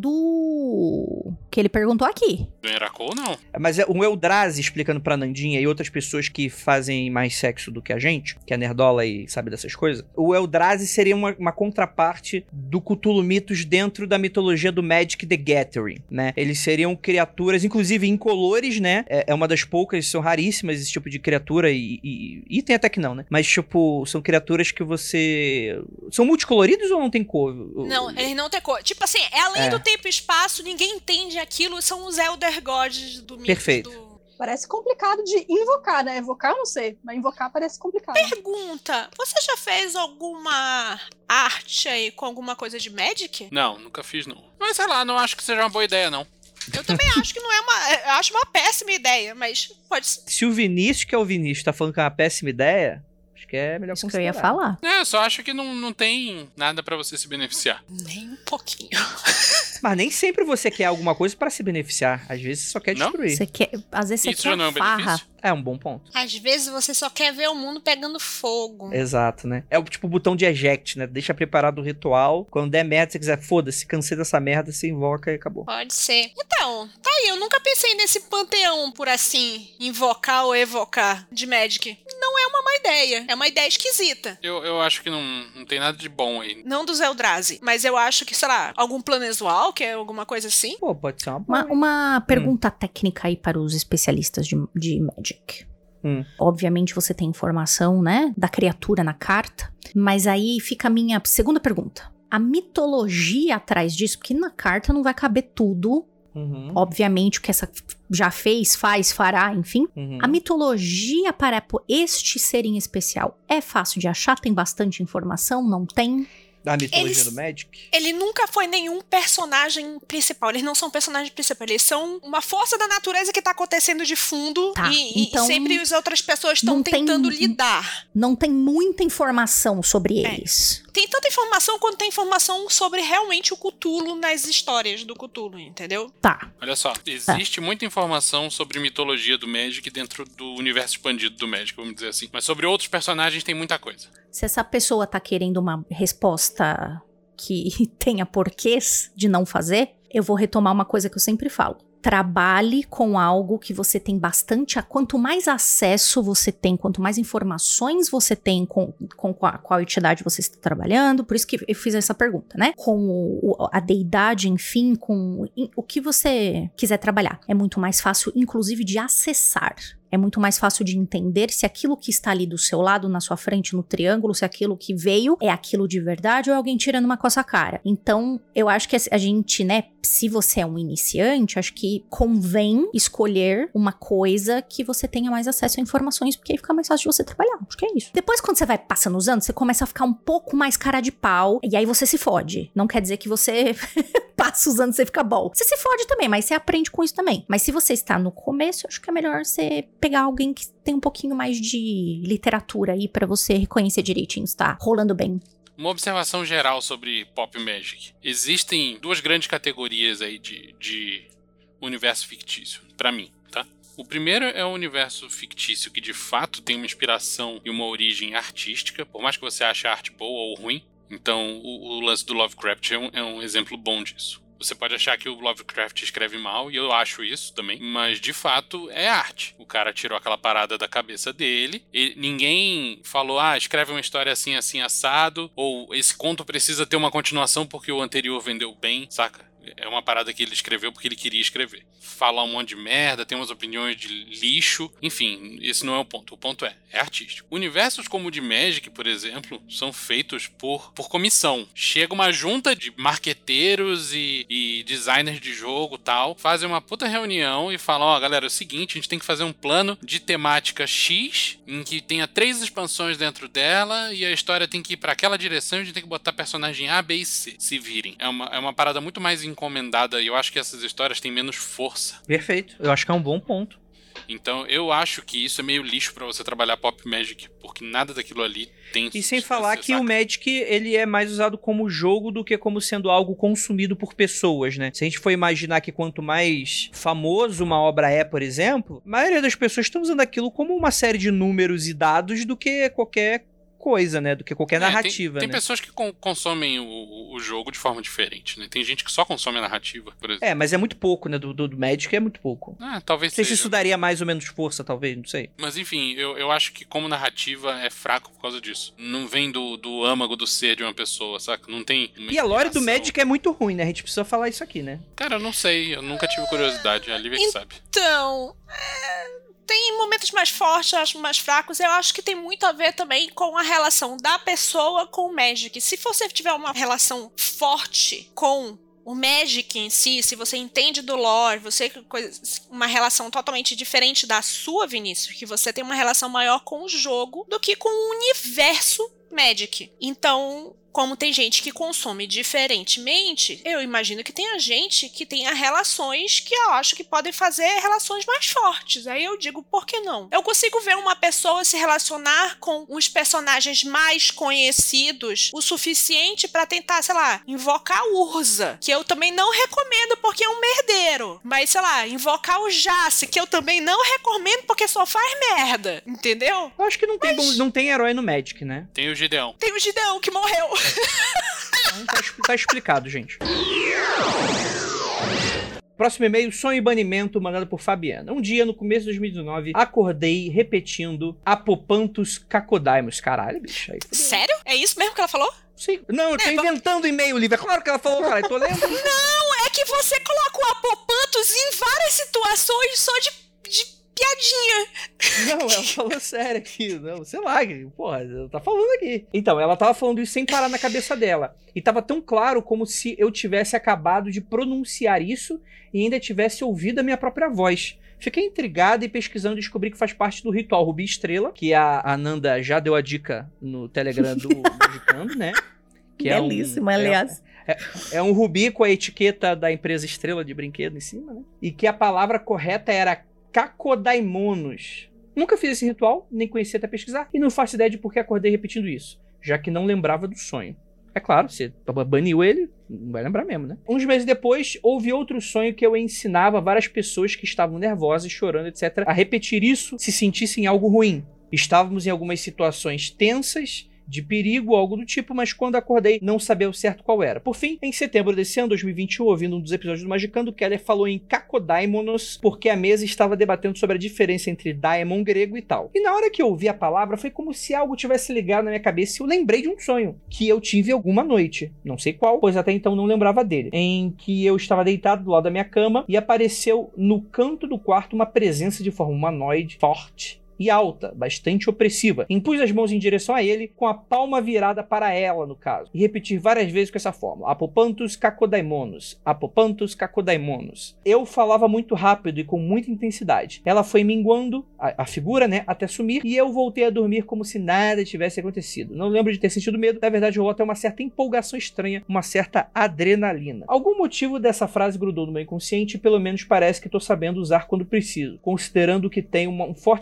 do que ele perguntou aqui. Do Emrakul, não. Mas é um Eldrazi explicando pra Nandinha e outras pessoas que fazem mais sexo do que a gente, que é nerdola e sabe dessas coisas. O Eldrazi seria uma, uma contraparte do Cthulhu Mitos dentro da mitologia do Magic the Gathering, né? Eles seriam criaturas, inclusive incolores, né? É, é uma das poucas, são raríssimas esse tipo de criatura e, e, e tem até que não, né? Mas, tipo, são criaturas que você... São multicoloridos ou não tem cor? Não, eles não têm cor. Tipo assim, é além É. do tempo e espaço, ninguém entende aquilo, são os Elder Gods do mito. Perfeito. Do... Parece complicado de invocar, né? Evocar eu não sei, mas invocar parece complicado. Pergunta, você já fez alguma arte aí com alguma coisa de Magic? Não, nunca fiz, não. Mas sei lá, não acho que seja uma boa ideia, não. Eu também acho que não é uma... Eu acho uma péssima ideia, mas pode ser. Se o Vinícius, que é o Vinícius, tá falando que é uma péssima ideia, acho que é melhor Isso que eu ia considerar. falar. É, eu só acho que não, não tem nada pra você se beneficiar. Nem um pouquinho. Mas nem sempre você quer alguma coisa pra se beneficiar. Às vezes você só quer Não? destruir. Você quer, às vezes você Isso quer já não é um farra. benefício? É um bom ponto. Às vezes você só quer ver o mundo pegando fogo. Exato, né? É o tipo o botão de eject, né? Deixa preparado o ritual. Quando der merda, você quiser, foda-se, cansei dessa merda, você invoca e acabou. Pode ser. Então, tá aí, eu nunca pensei nesse panteão, por assim, invocar ou evocar de Magic. Não é uma má ideia, é uma ideia esquisita. Eu, eu acho que não, não tem nada de bom aí. Não dos Eldrazi, mas eu acho que, sei lá, algum Planeswalker, que é alguma coisa assim. Pô, pode ser uma boa. Uma, uma pergunta técnica aí para os especialistas de, de Magic. Hum. Obviamente você tem informação, né, da criatura na carta, mas aí fica a minha segunda pergunta. A mitologia atrás disso, porque na carta não vai caber tudo, Uhum, obviamente o que essa já fez, faz, fará, enfim. uhum. A mitologia para este ser em especial é fácil de achar? Tem bastante informação? Não tem? Da mitologia Eles- do Magic? Ele nunca foi nenhum personagem principal. Eles não são personagens principais. Eles são uma força da natureza que tá acontecendo de fundo. Tá, e, e então sempre as outras pessoas estão não tem- tentando lidar. Não tem muita informação sobre É. eles. Tem tanta informação quanto tem informação sobre realmente o Cthulhu nas histórias do Cthulhu, entendeu? Tá. Olha só, existe muita informação sobre mitologia do Magic dentro do universo expandido do Magic, vamos dizer assim. Mas sobre outros personagens tem muita coisa. Se essa pessoa tá querendo uma resposta que tenha porquês de não fazer, eu vou retomar uma coisa que eu sempre falo. Trabalhe com algo que você tem bastante. a- Quanto mais acesso você tem, quanto mais informações você tem com, com qual, qual entidade você está trabalhando, por isso que eu fiz essa pergunta, né? Com o- o- a deidade, enfim, com em- o que você quiser trabalhar. É muito mais fácil, inclusive, de acessar. É muito mais fácil de entender se aquilo que está ali do seu lado, na sua frente, no triângulo, se aquilo que veio é aquilo de verdade ou é alguém tirando uma coça a cara. Então, eu acho que a gente, né, se você é um iniciante, acho que convém escolher uma coisa que você tenha mais acesso a informações, porque aí fica mais fácil de você trabalhar. Acho que é isso. Depois, quando você vai passando os anos, você começa a ficar um pouco mais cara de pau, e aí você se fode. Não quer dizer que você passa os anos e você fica bom. Você se fode também, mas você aprende com isso também. Mas se você está no começo, acho que é melhor você pegar alguém que tem um pouquinho mais de literatura aí pra você reconhecer direitinho se tá rolando bem. Uma observação geral sobre Pop Magic. Existem duas grandes categorias aí de, de universo fictício, pra mim, tá? O primeiro é o universo fictício que de fato tem uma inspiração e uma origem artística, por mais que você ache a arte boa ou ruim. Então, o, o lance do Lovecraft é um, é um exemplo bom disso. Você pode achar que o Lovecraft escreve mal, e eu acho isso também, mas de fato é arte. O cara tirou aquela parada da cabeça dele, e ninguém falou, ah, escreve uma história assim, assim, assado, ou esse conto precisa ter uma continuação porque o anterior vendeu bem, saca? É uma parada que ele escreveu porque ele queria escrever. Falar um monte de merda, tem umas opiniões de lixo. Enfim, esse não é o ponto. O ponto é, é artístico. Universos como o de Magic, por exemplo, são feitos por, por comissão. Chega uma junta de marqueteiros e, e designers de jogo e tal, fazem uma puta reunião e falam, ó, oh, galera, é o seguinte, a gente tem que fazer um plano de temática X, em que tenha três expansões dentro dela, e a história tem que ir pra aquela direção, e a gente tem que botar personagem A, B e C. Se virem. É uma, é uma parada muito mais encomendada, e eu acho que essas histórias têm menos força. Perfeito. Eu acho que é um bom ponto. Então, eu acho que isso é meio lixo pra você trabalhar Pop Magic, porque nada daquilo ali tem... E sem falar que o Magic, ele é mais usado como jogo do que como sendo algo consumido por pessoas, né? Se a gente for imaginar que quanto mais famoso uma obra é, por exemplo, a maioria das pessoas estão usando aquilo como uma série de números e dados do que qualquer coisa, né? Do que qualquer é, narrativa, tem, tem né? pessoas que con- consomem o, o jogo de forma diferente, né? Tem gente que só consome a narrativa, por exemplo. É, mas é muito pouco, né? Do, do, do Magic é muito pouco. Ah, talvez Não sei seja. se isso daria mais ou menos força, talvez, não sei. Mas enfim, eu, eu acho que como narrativa é fraco por causa disso. Não vem do, do âmago do ser de uma pessoa, saca? Não tem... E a lore do Magic é muito ruim, né? A gente precisa falar isso aqui, né? Cara, eu não sei. Eu nunca tive curiosidade. A Lívia que sabe. Então... É... Tem momentos mais fortes, acho mais fracos. Eu acho que tem muito a ver também com a relação da pessoa com o Magic. Se você tiver uma relação forte com o Magic em si, se você entende do lore, você uma relação totalmente diferente da sua, Vinícius, que você tem uma relação maior com o jogo do que com o universo Magic. Então, como tem gente que consome diferentemente, eu imagino que tenha gente que tenha relações que eu acho que podem fazer relações mais fortes. Aí eu digo, por que não? Eu consigo ver uma pessoa se relacionar com os personagens mais conhecidos o suficiente pra tentar, sei lá, invocar o Urza, que eu também não recomendo porque é um merdeiro. Mas, sei lá, invocar o Jace, que eu também não recomendo porque só faz merda. Entendeu? Eu acho que não tem, Mas... bom, não tem herói no Magic, né? Tem o Gideão. Tem o Gideão que morreu. Então tá, tá explicado, gente. Próximo e-mail, sonho e banimento, mandado por Fabiana. Um dia, no começo de dois mil e dezenove, acordei repetindo Apopanthus cacodaimos. Caralho, bicho. Aí, sério? É isso mesmo que ela falou? Sim. Não, eu tô é, inventando e-mail, Lívia. Claro que ela falou, cara. Eu tô lendo. Não, é que você coloca o Apopanthus em várias situações só de... de... piadinha. Não, ela falou sério aqui. Não, sei lá, porra, ela tá falando aqui. Então, ela tava falando isso sem parar na cabeça dela. E tava tão claro como se eu tivesse acabado de pronunciar isso e ainda tivesse ouvido a minha própria voz. Fiquei intrigado e pesquisando descobri que faz parte do ritual Rubi Estrela, que a Ananda já deu a dica no Telegram do Magicando, né? Que Belíssimo, é um, aliás. É, é, é um rubi com a etiqueta da empresa Estrela de brinquedo em cima, né? E que a palavra correta era Cacodaimonos. Nunca fiz esse ritual, nem conheci até pesquisar, e não faço ideia de por que acordei repetindo isso, já que não lembrava do sonho. É claro, você baniu ele, não vai lembrar mesmo, né? Uns meses depois, houve outro sonho que eu ensinava várias pessoas que estavam nervosas, chorando, etcétera, a repetir isso se sentissem algo ruim. Estávamos em algumas situações tensas, de perigo ou algo do tipo, mas quando acordei não sabia o certo qual era. Por fim, em setembro desse ano, dois mil e vinte e um, ouvindo um dos episódios do Magicando, Keller falou em Cacodaimonos, porque a mesa estava debatendo sobre a diferença entre daimon grego e tal. E na hora que eu ouvi a palavra, foi como se algo tivesse ligado na minha cabeça e eu lembrei de um sonho, que eu tive alguma noite, não sei qual, pois até então não lembrava dele, em que eu estava deitado do lado da minha cama e apareceu no canto do quarto uma presença de forma humanoide, forte e alta, bastante opressiva. Impus as mãos em direção a ele, com a palma virada para ela, no caso, e repetir várias vezes com essa fórmula: Apopanthus cacodaimonos, Apopanthus cacodaimonos. Eu falava muito rápido e com muita intensidade. Ela foi minguando, a, a figura, né, até sumir, e eu voltei a dormir como se nada tivesse acontecido. Não lembro de ter sentido medo, na verdade rolou até uma certa empolgação estranha, uma certa adrenalina. Algum motivo dessa frase grudou no meu inconsciente e pelo menos parece que estou sabendo usar quando preciso, considerando que tem uma, uma forte ligação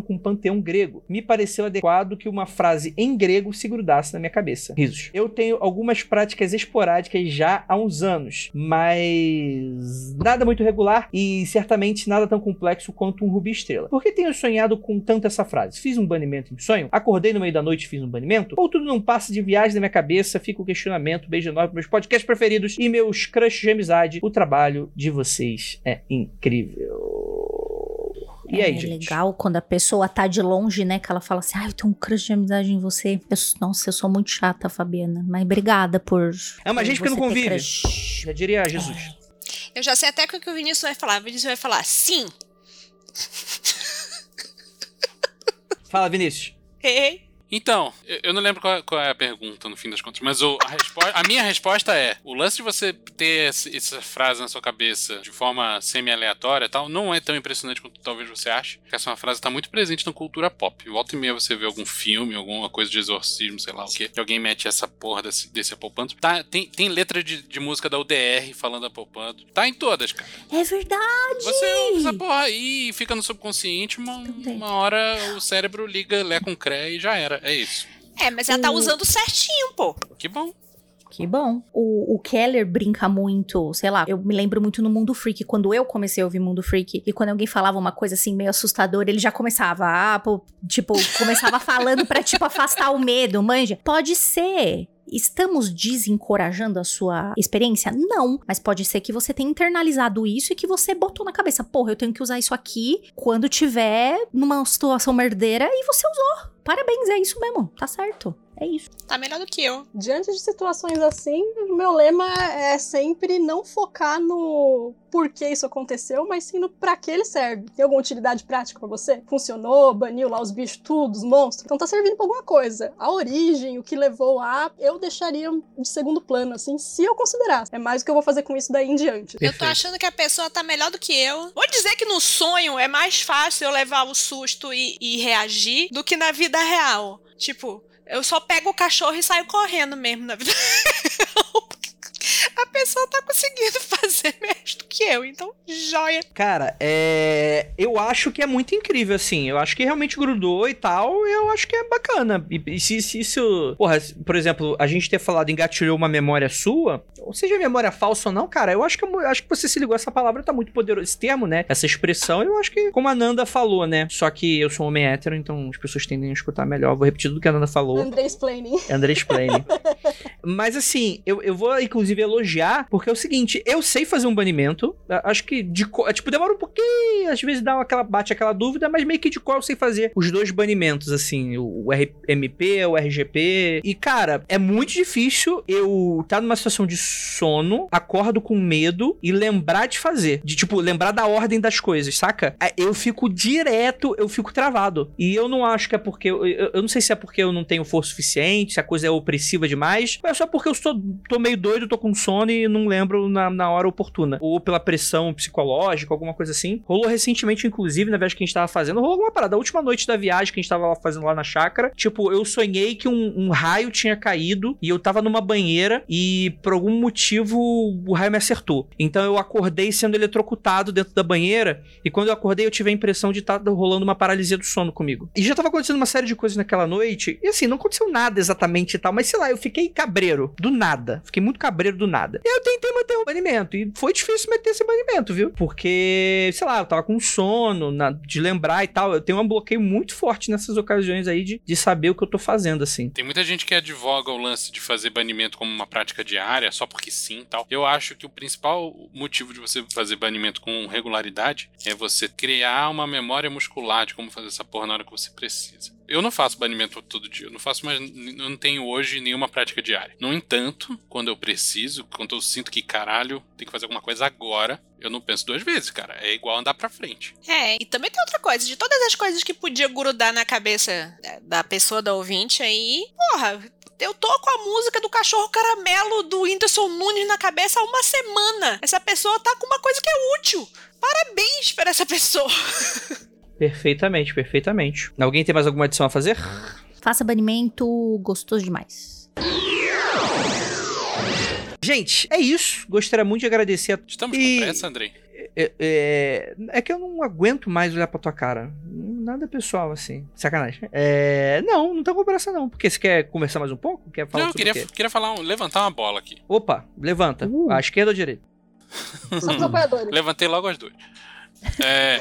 com o panteão grego. Me pareceu adequado que uma frase em grego se grudasse na minha cabeça. Risos. Eu tenho algumas práticas esporádicas já há uns anos, mas nada muito regular e certamente nada tão complexo quanto um Rubi Estrela. Por que tenho sonhado com tanto essa frase? Fiz um banimento em sonho? Acordei no meio da noite e fiz um banimento? Ou tudo não passa de viagem na minha cabeça? Fica o questionamento. Beijo enorme para meus podcasts preferidos e meus crushes de amizade. O trabalho de vocês é incrível. E aí, é gente? legal quando a pessoa tá de longe, né? Que ela fala assim, ah, eu tenho um crush de amizade em você. Eu, nossa, eu sou muito chata, Fabiana. Mas obrigada por... É uma por gente que não você ter convive. crush. Já diria Jesus. Eu já sei até o que o Vinícius vai falar. O Vinícius vai falar, sim. Fala, Vinícius. Ei. Então, eu- eu não lembro qual, qual é a pergunta no fim das contas, mas o- a, respo- a minha resposta é: o lance de você ter esse- essa frase na sua cabeça de forma semi-aleatória e tal, não é tão impressionante quanto talvez você ache, porque essa frase tá muito presente na cultura pop. Volta e meia você vê algum filme, alguma coisa de exorcismo, sei lá o quê, que alguém mete essa porra desse, desse Apple Panto. Tá, tem, tem letra de, de música da U D R falando Apple Panto. Tá em todas, cara. É verdade! Você usa essa porra aí e fica no subconsciente, uma, Também. uma hora o cérebro liga Lé com Cré e já era. É isso. É, mas ela tá O- usando certinho, pô. Que bom. Que bom. O, o Keller brinca muito, sei lá, eu me lembro muito no Mundo Freak, quando eu comecei a ouvir Mundo Freak, e quando alguém falava uma coisa assim meio assustadora, ele já começava, ah, pô, tipo, começava falando pra, tipo, afastar o medo, manja. Pode ser. Estamos desencorajando a sua experiência? Não. Mas pode ser que você tenha internalizado isso e que você botou na cabeça, porra, eu tenho que usar isso aqui quando tiver numa situação merdeira e você usou. Parabéns, é isso mesmo. Tá certo. É isso. Tá melhor do que eu. Diante de situações assim, o meu lema é sempre não focar no porquê isso aconteceu, mas sim no pra que ele serve. Tem alguma utilidade prática pra você? Funcionou, baniu lá os bichos tudo, os monstros? Então tá servindo pra alguma coisa. A origem, o que levou a, eu deixaria de segundo plano, assim, se eu considerasse. É mais o que eu vou fazer com isso daí em diante. Eu tô Perfeito. achando que a pessoa tá melhor do que eu. Vou dizer que no sonho é mais fácil eu levar o susto e, e reagir do que na vida real. Tipo, eu só pego o cachorro e saio correndo mesmo na vida real. A pessoa tá conseguindo fazer mais do que eu, então joia. Cara, é... eu acho que é muito incrível, assim. Eu acho que realmente grudou e tal. Eu acho que é bacana. E, e se, se isso... Porra, por exemplo, a gente ter falado engatilhou uma memória sua, ou seja, memória falsa ou não, cara, eu acho que, eu acho que você se ligou. Essa palavra tá muito poderosa. Esse termo, né? Essa expressão, eu acho que, como a Nanda falou, né? Só que eu sou um homem hétero, então as pessoas tendem a escutar melhor. Vou repetir tudo que a Nanda falou. André explaining. André explain. Mas assim, eu, eu vou inclusive elogiar, porque é o seguinte, eu sei fazer um banimento, a- acho que de co- tipo, demora um pouquinho, às vezes dá aquela, bate aquela dúvida, mas meio que de qual eu sei fazer os dois banimentos, assim, o, o R M P, o R G P, e cara, é muito difícil eu estar numa situação de sono, acordo com medo e lembrar de fazer, de tipo, lembrar da ordem das coisas, saca? É, Eu fico direto, eu fico travado, e eu não acho que é porque, eu, eu, eu não sei se é porque eu não tenho força suficiente, se a coisa é opressiva demais, ou é só porque eu sou, tô meio doido, tô com sono e não lembro na, na hora oportuna. Ou pela pressão psicológica, alguma coisa assim. Rolou recentemente, inclusive, na viagem que a gente tava fazendo, rolou alguma parada. A última noite da viagem que a gente tava lá fazendo lá na chácara, tipo, eu sonhei que um, um raio tinha caído e eu tava numa banheira e por algum motivo o raio me acertou. Então eu acordei sendo eletrocutado dentro da banheira e quando eu acordei eu tive a impressão de estar rolando uma paralisia do sono comigo. E já tava acontecendo uma série de coisas naquela noite e assim, não aconteceu nada exatamente e tal, mas sei lá, eu fiquei cabreiro do nada. Fiquei muito cabreiro do nada. E eu tentei manter o banimento e foi difícil manter esse banimento, viu? Porque, sei lá, eu tava com sono na- de lembrar e tal. Eu tenho um bloqueio muito forte nessas ocasiões aí de, de saber o que eu tô fazendo, assim. Tem muita gente que advoga o lance de fazer banimento como uma prática diária, só porque sim e tal. Eu acho que o principal motivo de você fazer banimento com regularidade é você criar uma memória muscular de como fazer essa porra na hora que você precisa. Eu não faço banimento todo dia, eu não faço mais, eu não tenho hoje nenhuma prática diária. No entanto, quando eu preciso, quando eu sinto que caralho, tem que fazer alguma coisa agora, eu não penso duas vezes, cara. É igual andar pra frente. É, e também tem outra coisa, de todas as coisas que podia grudar na cabeça da pessoa, da ouvinte aí, porra, eu tô com a música do Cachorro Caramelo do Whindersson Nunes na cabeça há uma semana. Essa pessoa tá com uma coisa que é útil. Parabéns para essa pessoa. Perfeitamente, perfeitamente. Alguém tem mais alguma adição a fazer? Faça banimento, gostoso demais. Gente, é isso. Gostaria muito de agradecer a... Estamos E- com pressa, Andrei? É, é, é que eu não aguento mais olhar pra tua cara. nada pessoal, assim. Sacanagem. É... Não, não tá com pressa não. Porque você quer conversar mais um pouco? Quer falar Não, eu sobre queria, o quê? queria falar, um, levantar uma bola aqui. Opa, levanta. Uh. À esquerda ou à direita? Só pros apoiadores. Levantei logo as duas. É...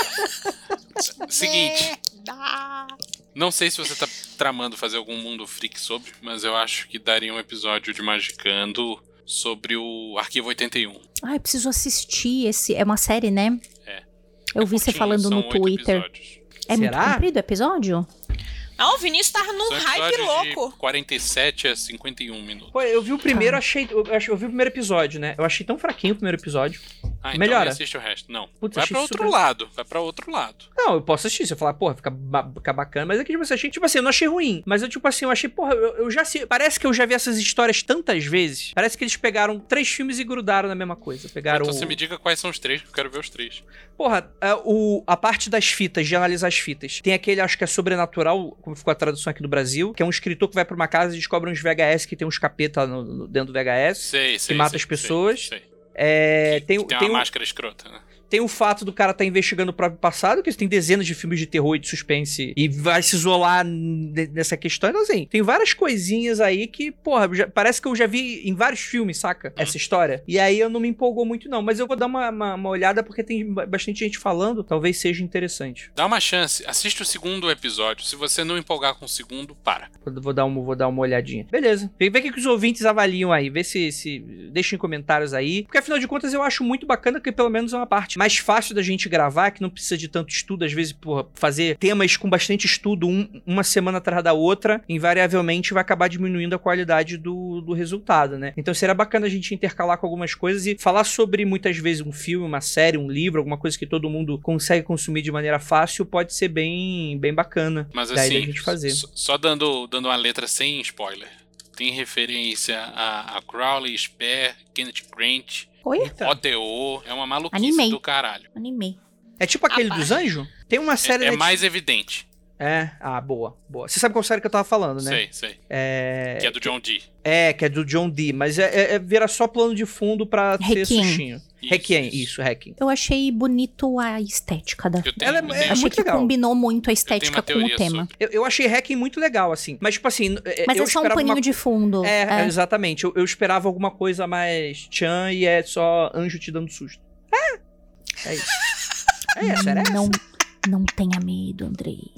Seguinte, Merda. não sei se você tá tramando fazer algum Mundo Freak sobre, mas eu acho que daria um episódio de Magicando sobre o Arquivo oitenta e um. Ai, preciso assistir esse. É uma série, né? É. Eu vi você Curtinho, falando são no oito Twitter. episódios. É muito Será? comprido o episódio? Não, o Vinícius tava num São hype episódios louco. de quarenta e sete a cinquenta e um minutos. Pô, eu vi o primeiro, Tá. achei. Eu, acho- eu vi o primeiro episódio, né? Eu achei tão fraquinho o primeiro episódio. Ah, então Melhora. nem assiste o resto. Não. Putz, vai achei pra outro super- lado. Vai pra outro lado. Não, eu posso assistir. Se eu falar, porra, fica, ba fica bacana. Mas é que, tipo assim, achei, tipo assim, eu não achei ruim. Mas eu, tipo assim, eu achei, porra, eu, eu já sei. Parece que eu já vi essas histórias tantas vezes. Parece que eles pegaram três filmes e grudaram na mesma coisa. Pegaram. Então o- você me diga quais são os três, que eu quero ver os três. Porra, é, o, a parte das fitas, de analisar as fitas. Tem aquele, acho que é sobrenatural, como ficou a tradução aqui do Brasil, que é um escritor que vai pra uma casa e descobre uns V H S que tem uns capeta no- no- dentro do V H S. Sei, sei. mata sei, as pessoas. Sei, sei. É, Que- tem, que tem tem, uma o- máscara escrota, né? tem o fato do cara estar investigando o próprio passado, que tem dezenas de filmes de terror e de suspense e vai se isolar n- nessa questão. Então, assim, tem várias coisinhas aí que, porra, já- parece que eu já vi em vários filmes, saca? Essa história. E aí eu não me empolgou muito, não. Mas eu vou dar uma, uma, uma olhada porque tem ba- bastante gente falando. Talvez seja interessante. Dá uma chance. Assiste o segundo episódio. Se você não empolgar com o segundo, para. Vou, vou dar uma, vou dar uma olhadinha. Beleza. Vê, vê o que que os ouvintes avaliam aí. Vê se, se. Deixem comentários aí. Porque afinal de contas eu acho muito bacana que pelo menos é uma parte mais fácil da gente gravar, que não precisa de tanto estudo. Às vezes, porra, fazer temas com bastante estudo um- uma semana atrás da outra, invariavelmente vai acabar diminuindo a qualidade do, do resultado, né? Então seria bacana a gente intercalar com algumas coisas e falar sobre muitas vezes um filme, uma série, um livro, alguma coisa que todo mundo consegue consumir de maneira fácil, pode ser bem, bem bacana. Mas daí assim, da gente fazer. só- só dando, dando uma letra sem spoiler. Tem referência a, a Crowley, Sper, Kenneth Grant, Oi? Eita. O T O. É uma maluquice Animei. do caralho. Animei. É tipo aquele Ah, dos anjos? Tem uma série É, é da- mais evidente. É, ah, boa, boa. Você sabe qual série que eu tava falando, né? Sei, sei. É... Que é do John Dee. É, que é do John Dee, mas é, é, é- vira só plano de fundo pra ser Requiem. sustinho. Isso, Requiem, isso. isso, Requiem. Eu achei bonito a estética da. Eu tenho, Ela é- eu é tenho- Achei muito que legal. combinou muito a eu tenho estética uma com o teoria tema. sobre. Eu, eu achei Requiem muito legal, assim. Mas, tipo assim... Mas eu é só um esperava paninho uma- de fundo. É, É. exatamente. Eu, eu esperava alguma coisa mais tchan e é só anjo te dando susto. É! É isso. É, a série é essa. Não, não tenha medo, Andrei.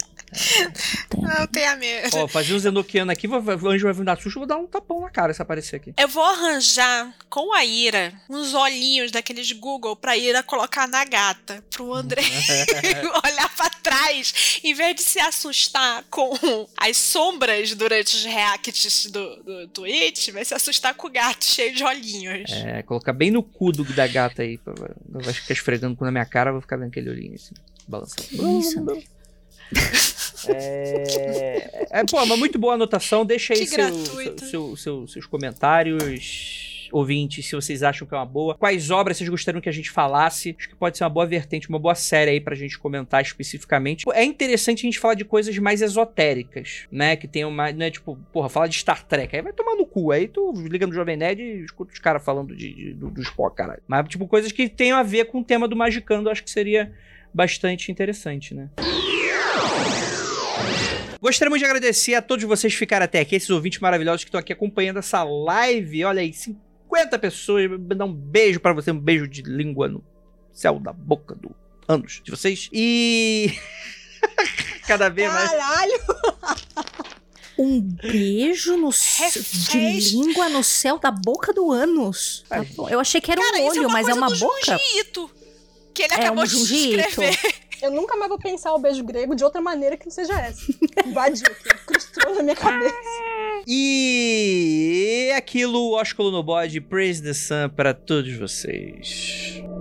Não tenha Não medo. tenha medo. Ó, fazer um Zenokiano aqui, vai- vai- o anjo vai vir dar susto, eu vou dar um tapão na cara se aparecer aqui. Eu vou arranjar com a Ira uns olhinhos daqueles Google pra Ira colocar na gata, pro André olhar pra trás, em vez de se assustar com as sombras durante os reacts do, do Twitch, vai se assustar com o gato cheio de olhinhos. É, colocar bem no cu do, da gata aí. pra- pra- Vai ficar esfregando com na minha cara, eu vou ficar vendo aquele olhinho assim, balançando. Isso, Andrei. É... é, pô, mas muito boa anotação. Deixa aí Que seu, gratuito. seu- seu- seu- seus comentários, ouvintes, se vocês acham que é uma boa. Quais obras vocês gostariam que a gente falasse? Acho que pode ser uma boa vertente, uma boa série aí pra gente comentar especificamente. É interessante a gente falar de coisas mais esotéricas, né? Que tem uma, né? Tipo, porra, falar de Star Trek. Aí vai tomar no cu. Aí tu liga no Jovem Nerd e escuta os caras falando de, de- do, do Spock, caralho. Mas, tipo, coisas que tenham a ver com o tema do Magicando, eu acho que seria bastante interessante, né? Gostaríamos de agradecer a todos vocês que ficaram até aqui, esses ouvintes maravilhosos que estão aqui acompanhando essa live. Olha aí, cinquenta pessoas. Dar um beijo pra você, um beijo de língua no céu da boca do ânus de vocês. E cada vez mais. Caralho! Um beijo no c- de Refez. língua no céu da boca do ânus. Tá Ai, bom. Eu achei que era Cara, um isso é olho, uma mas é coisa uma do boca. Junji Ito, que ele É acabou um de Junji Ito. escrever. Eu nunca mais vou pensar o beijo grego de outra maneira que não seja essa. Invadiu aqui, crustou na minha cabeça. E aquilo, ósculo no bode, praise the sun pra todos vocês.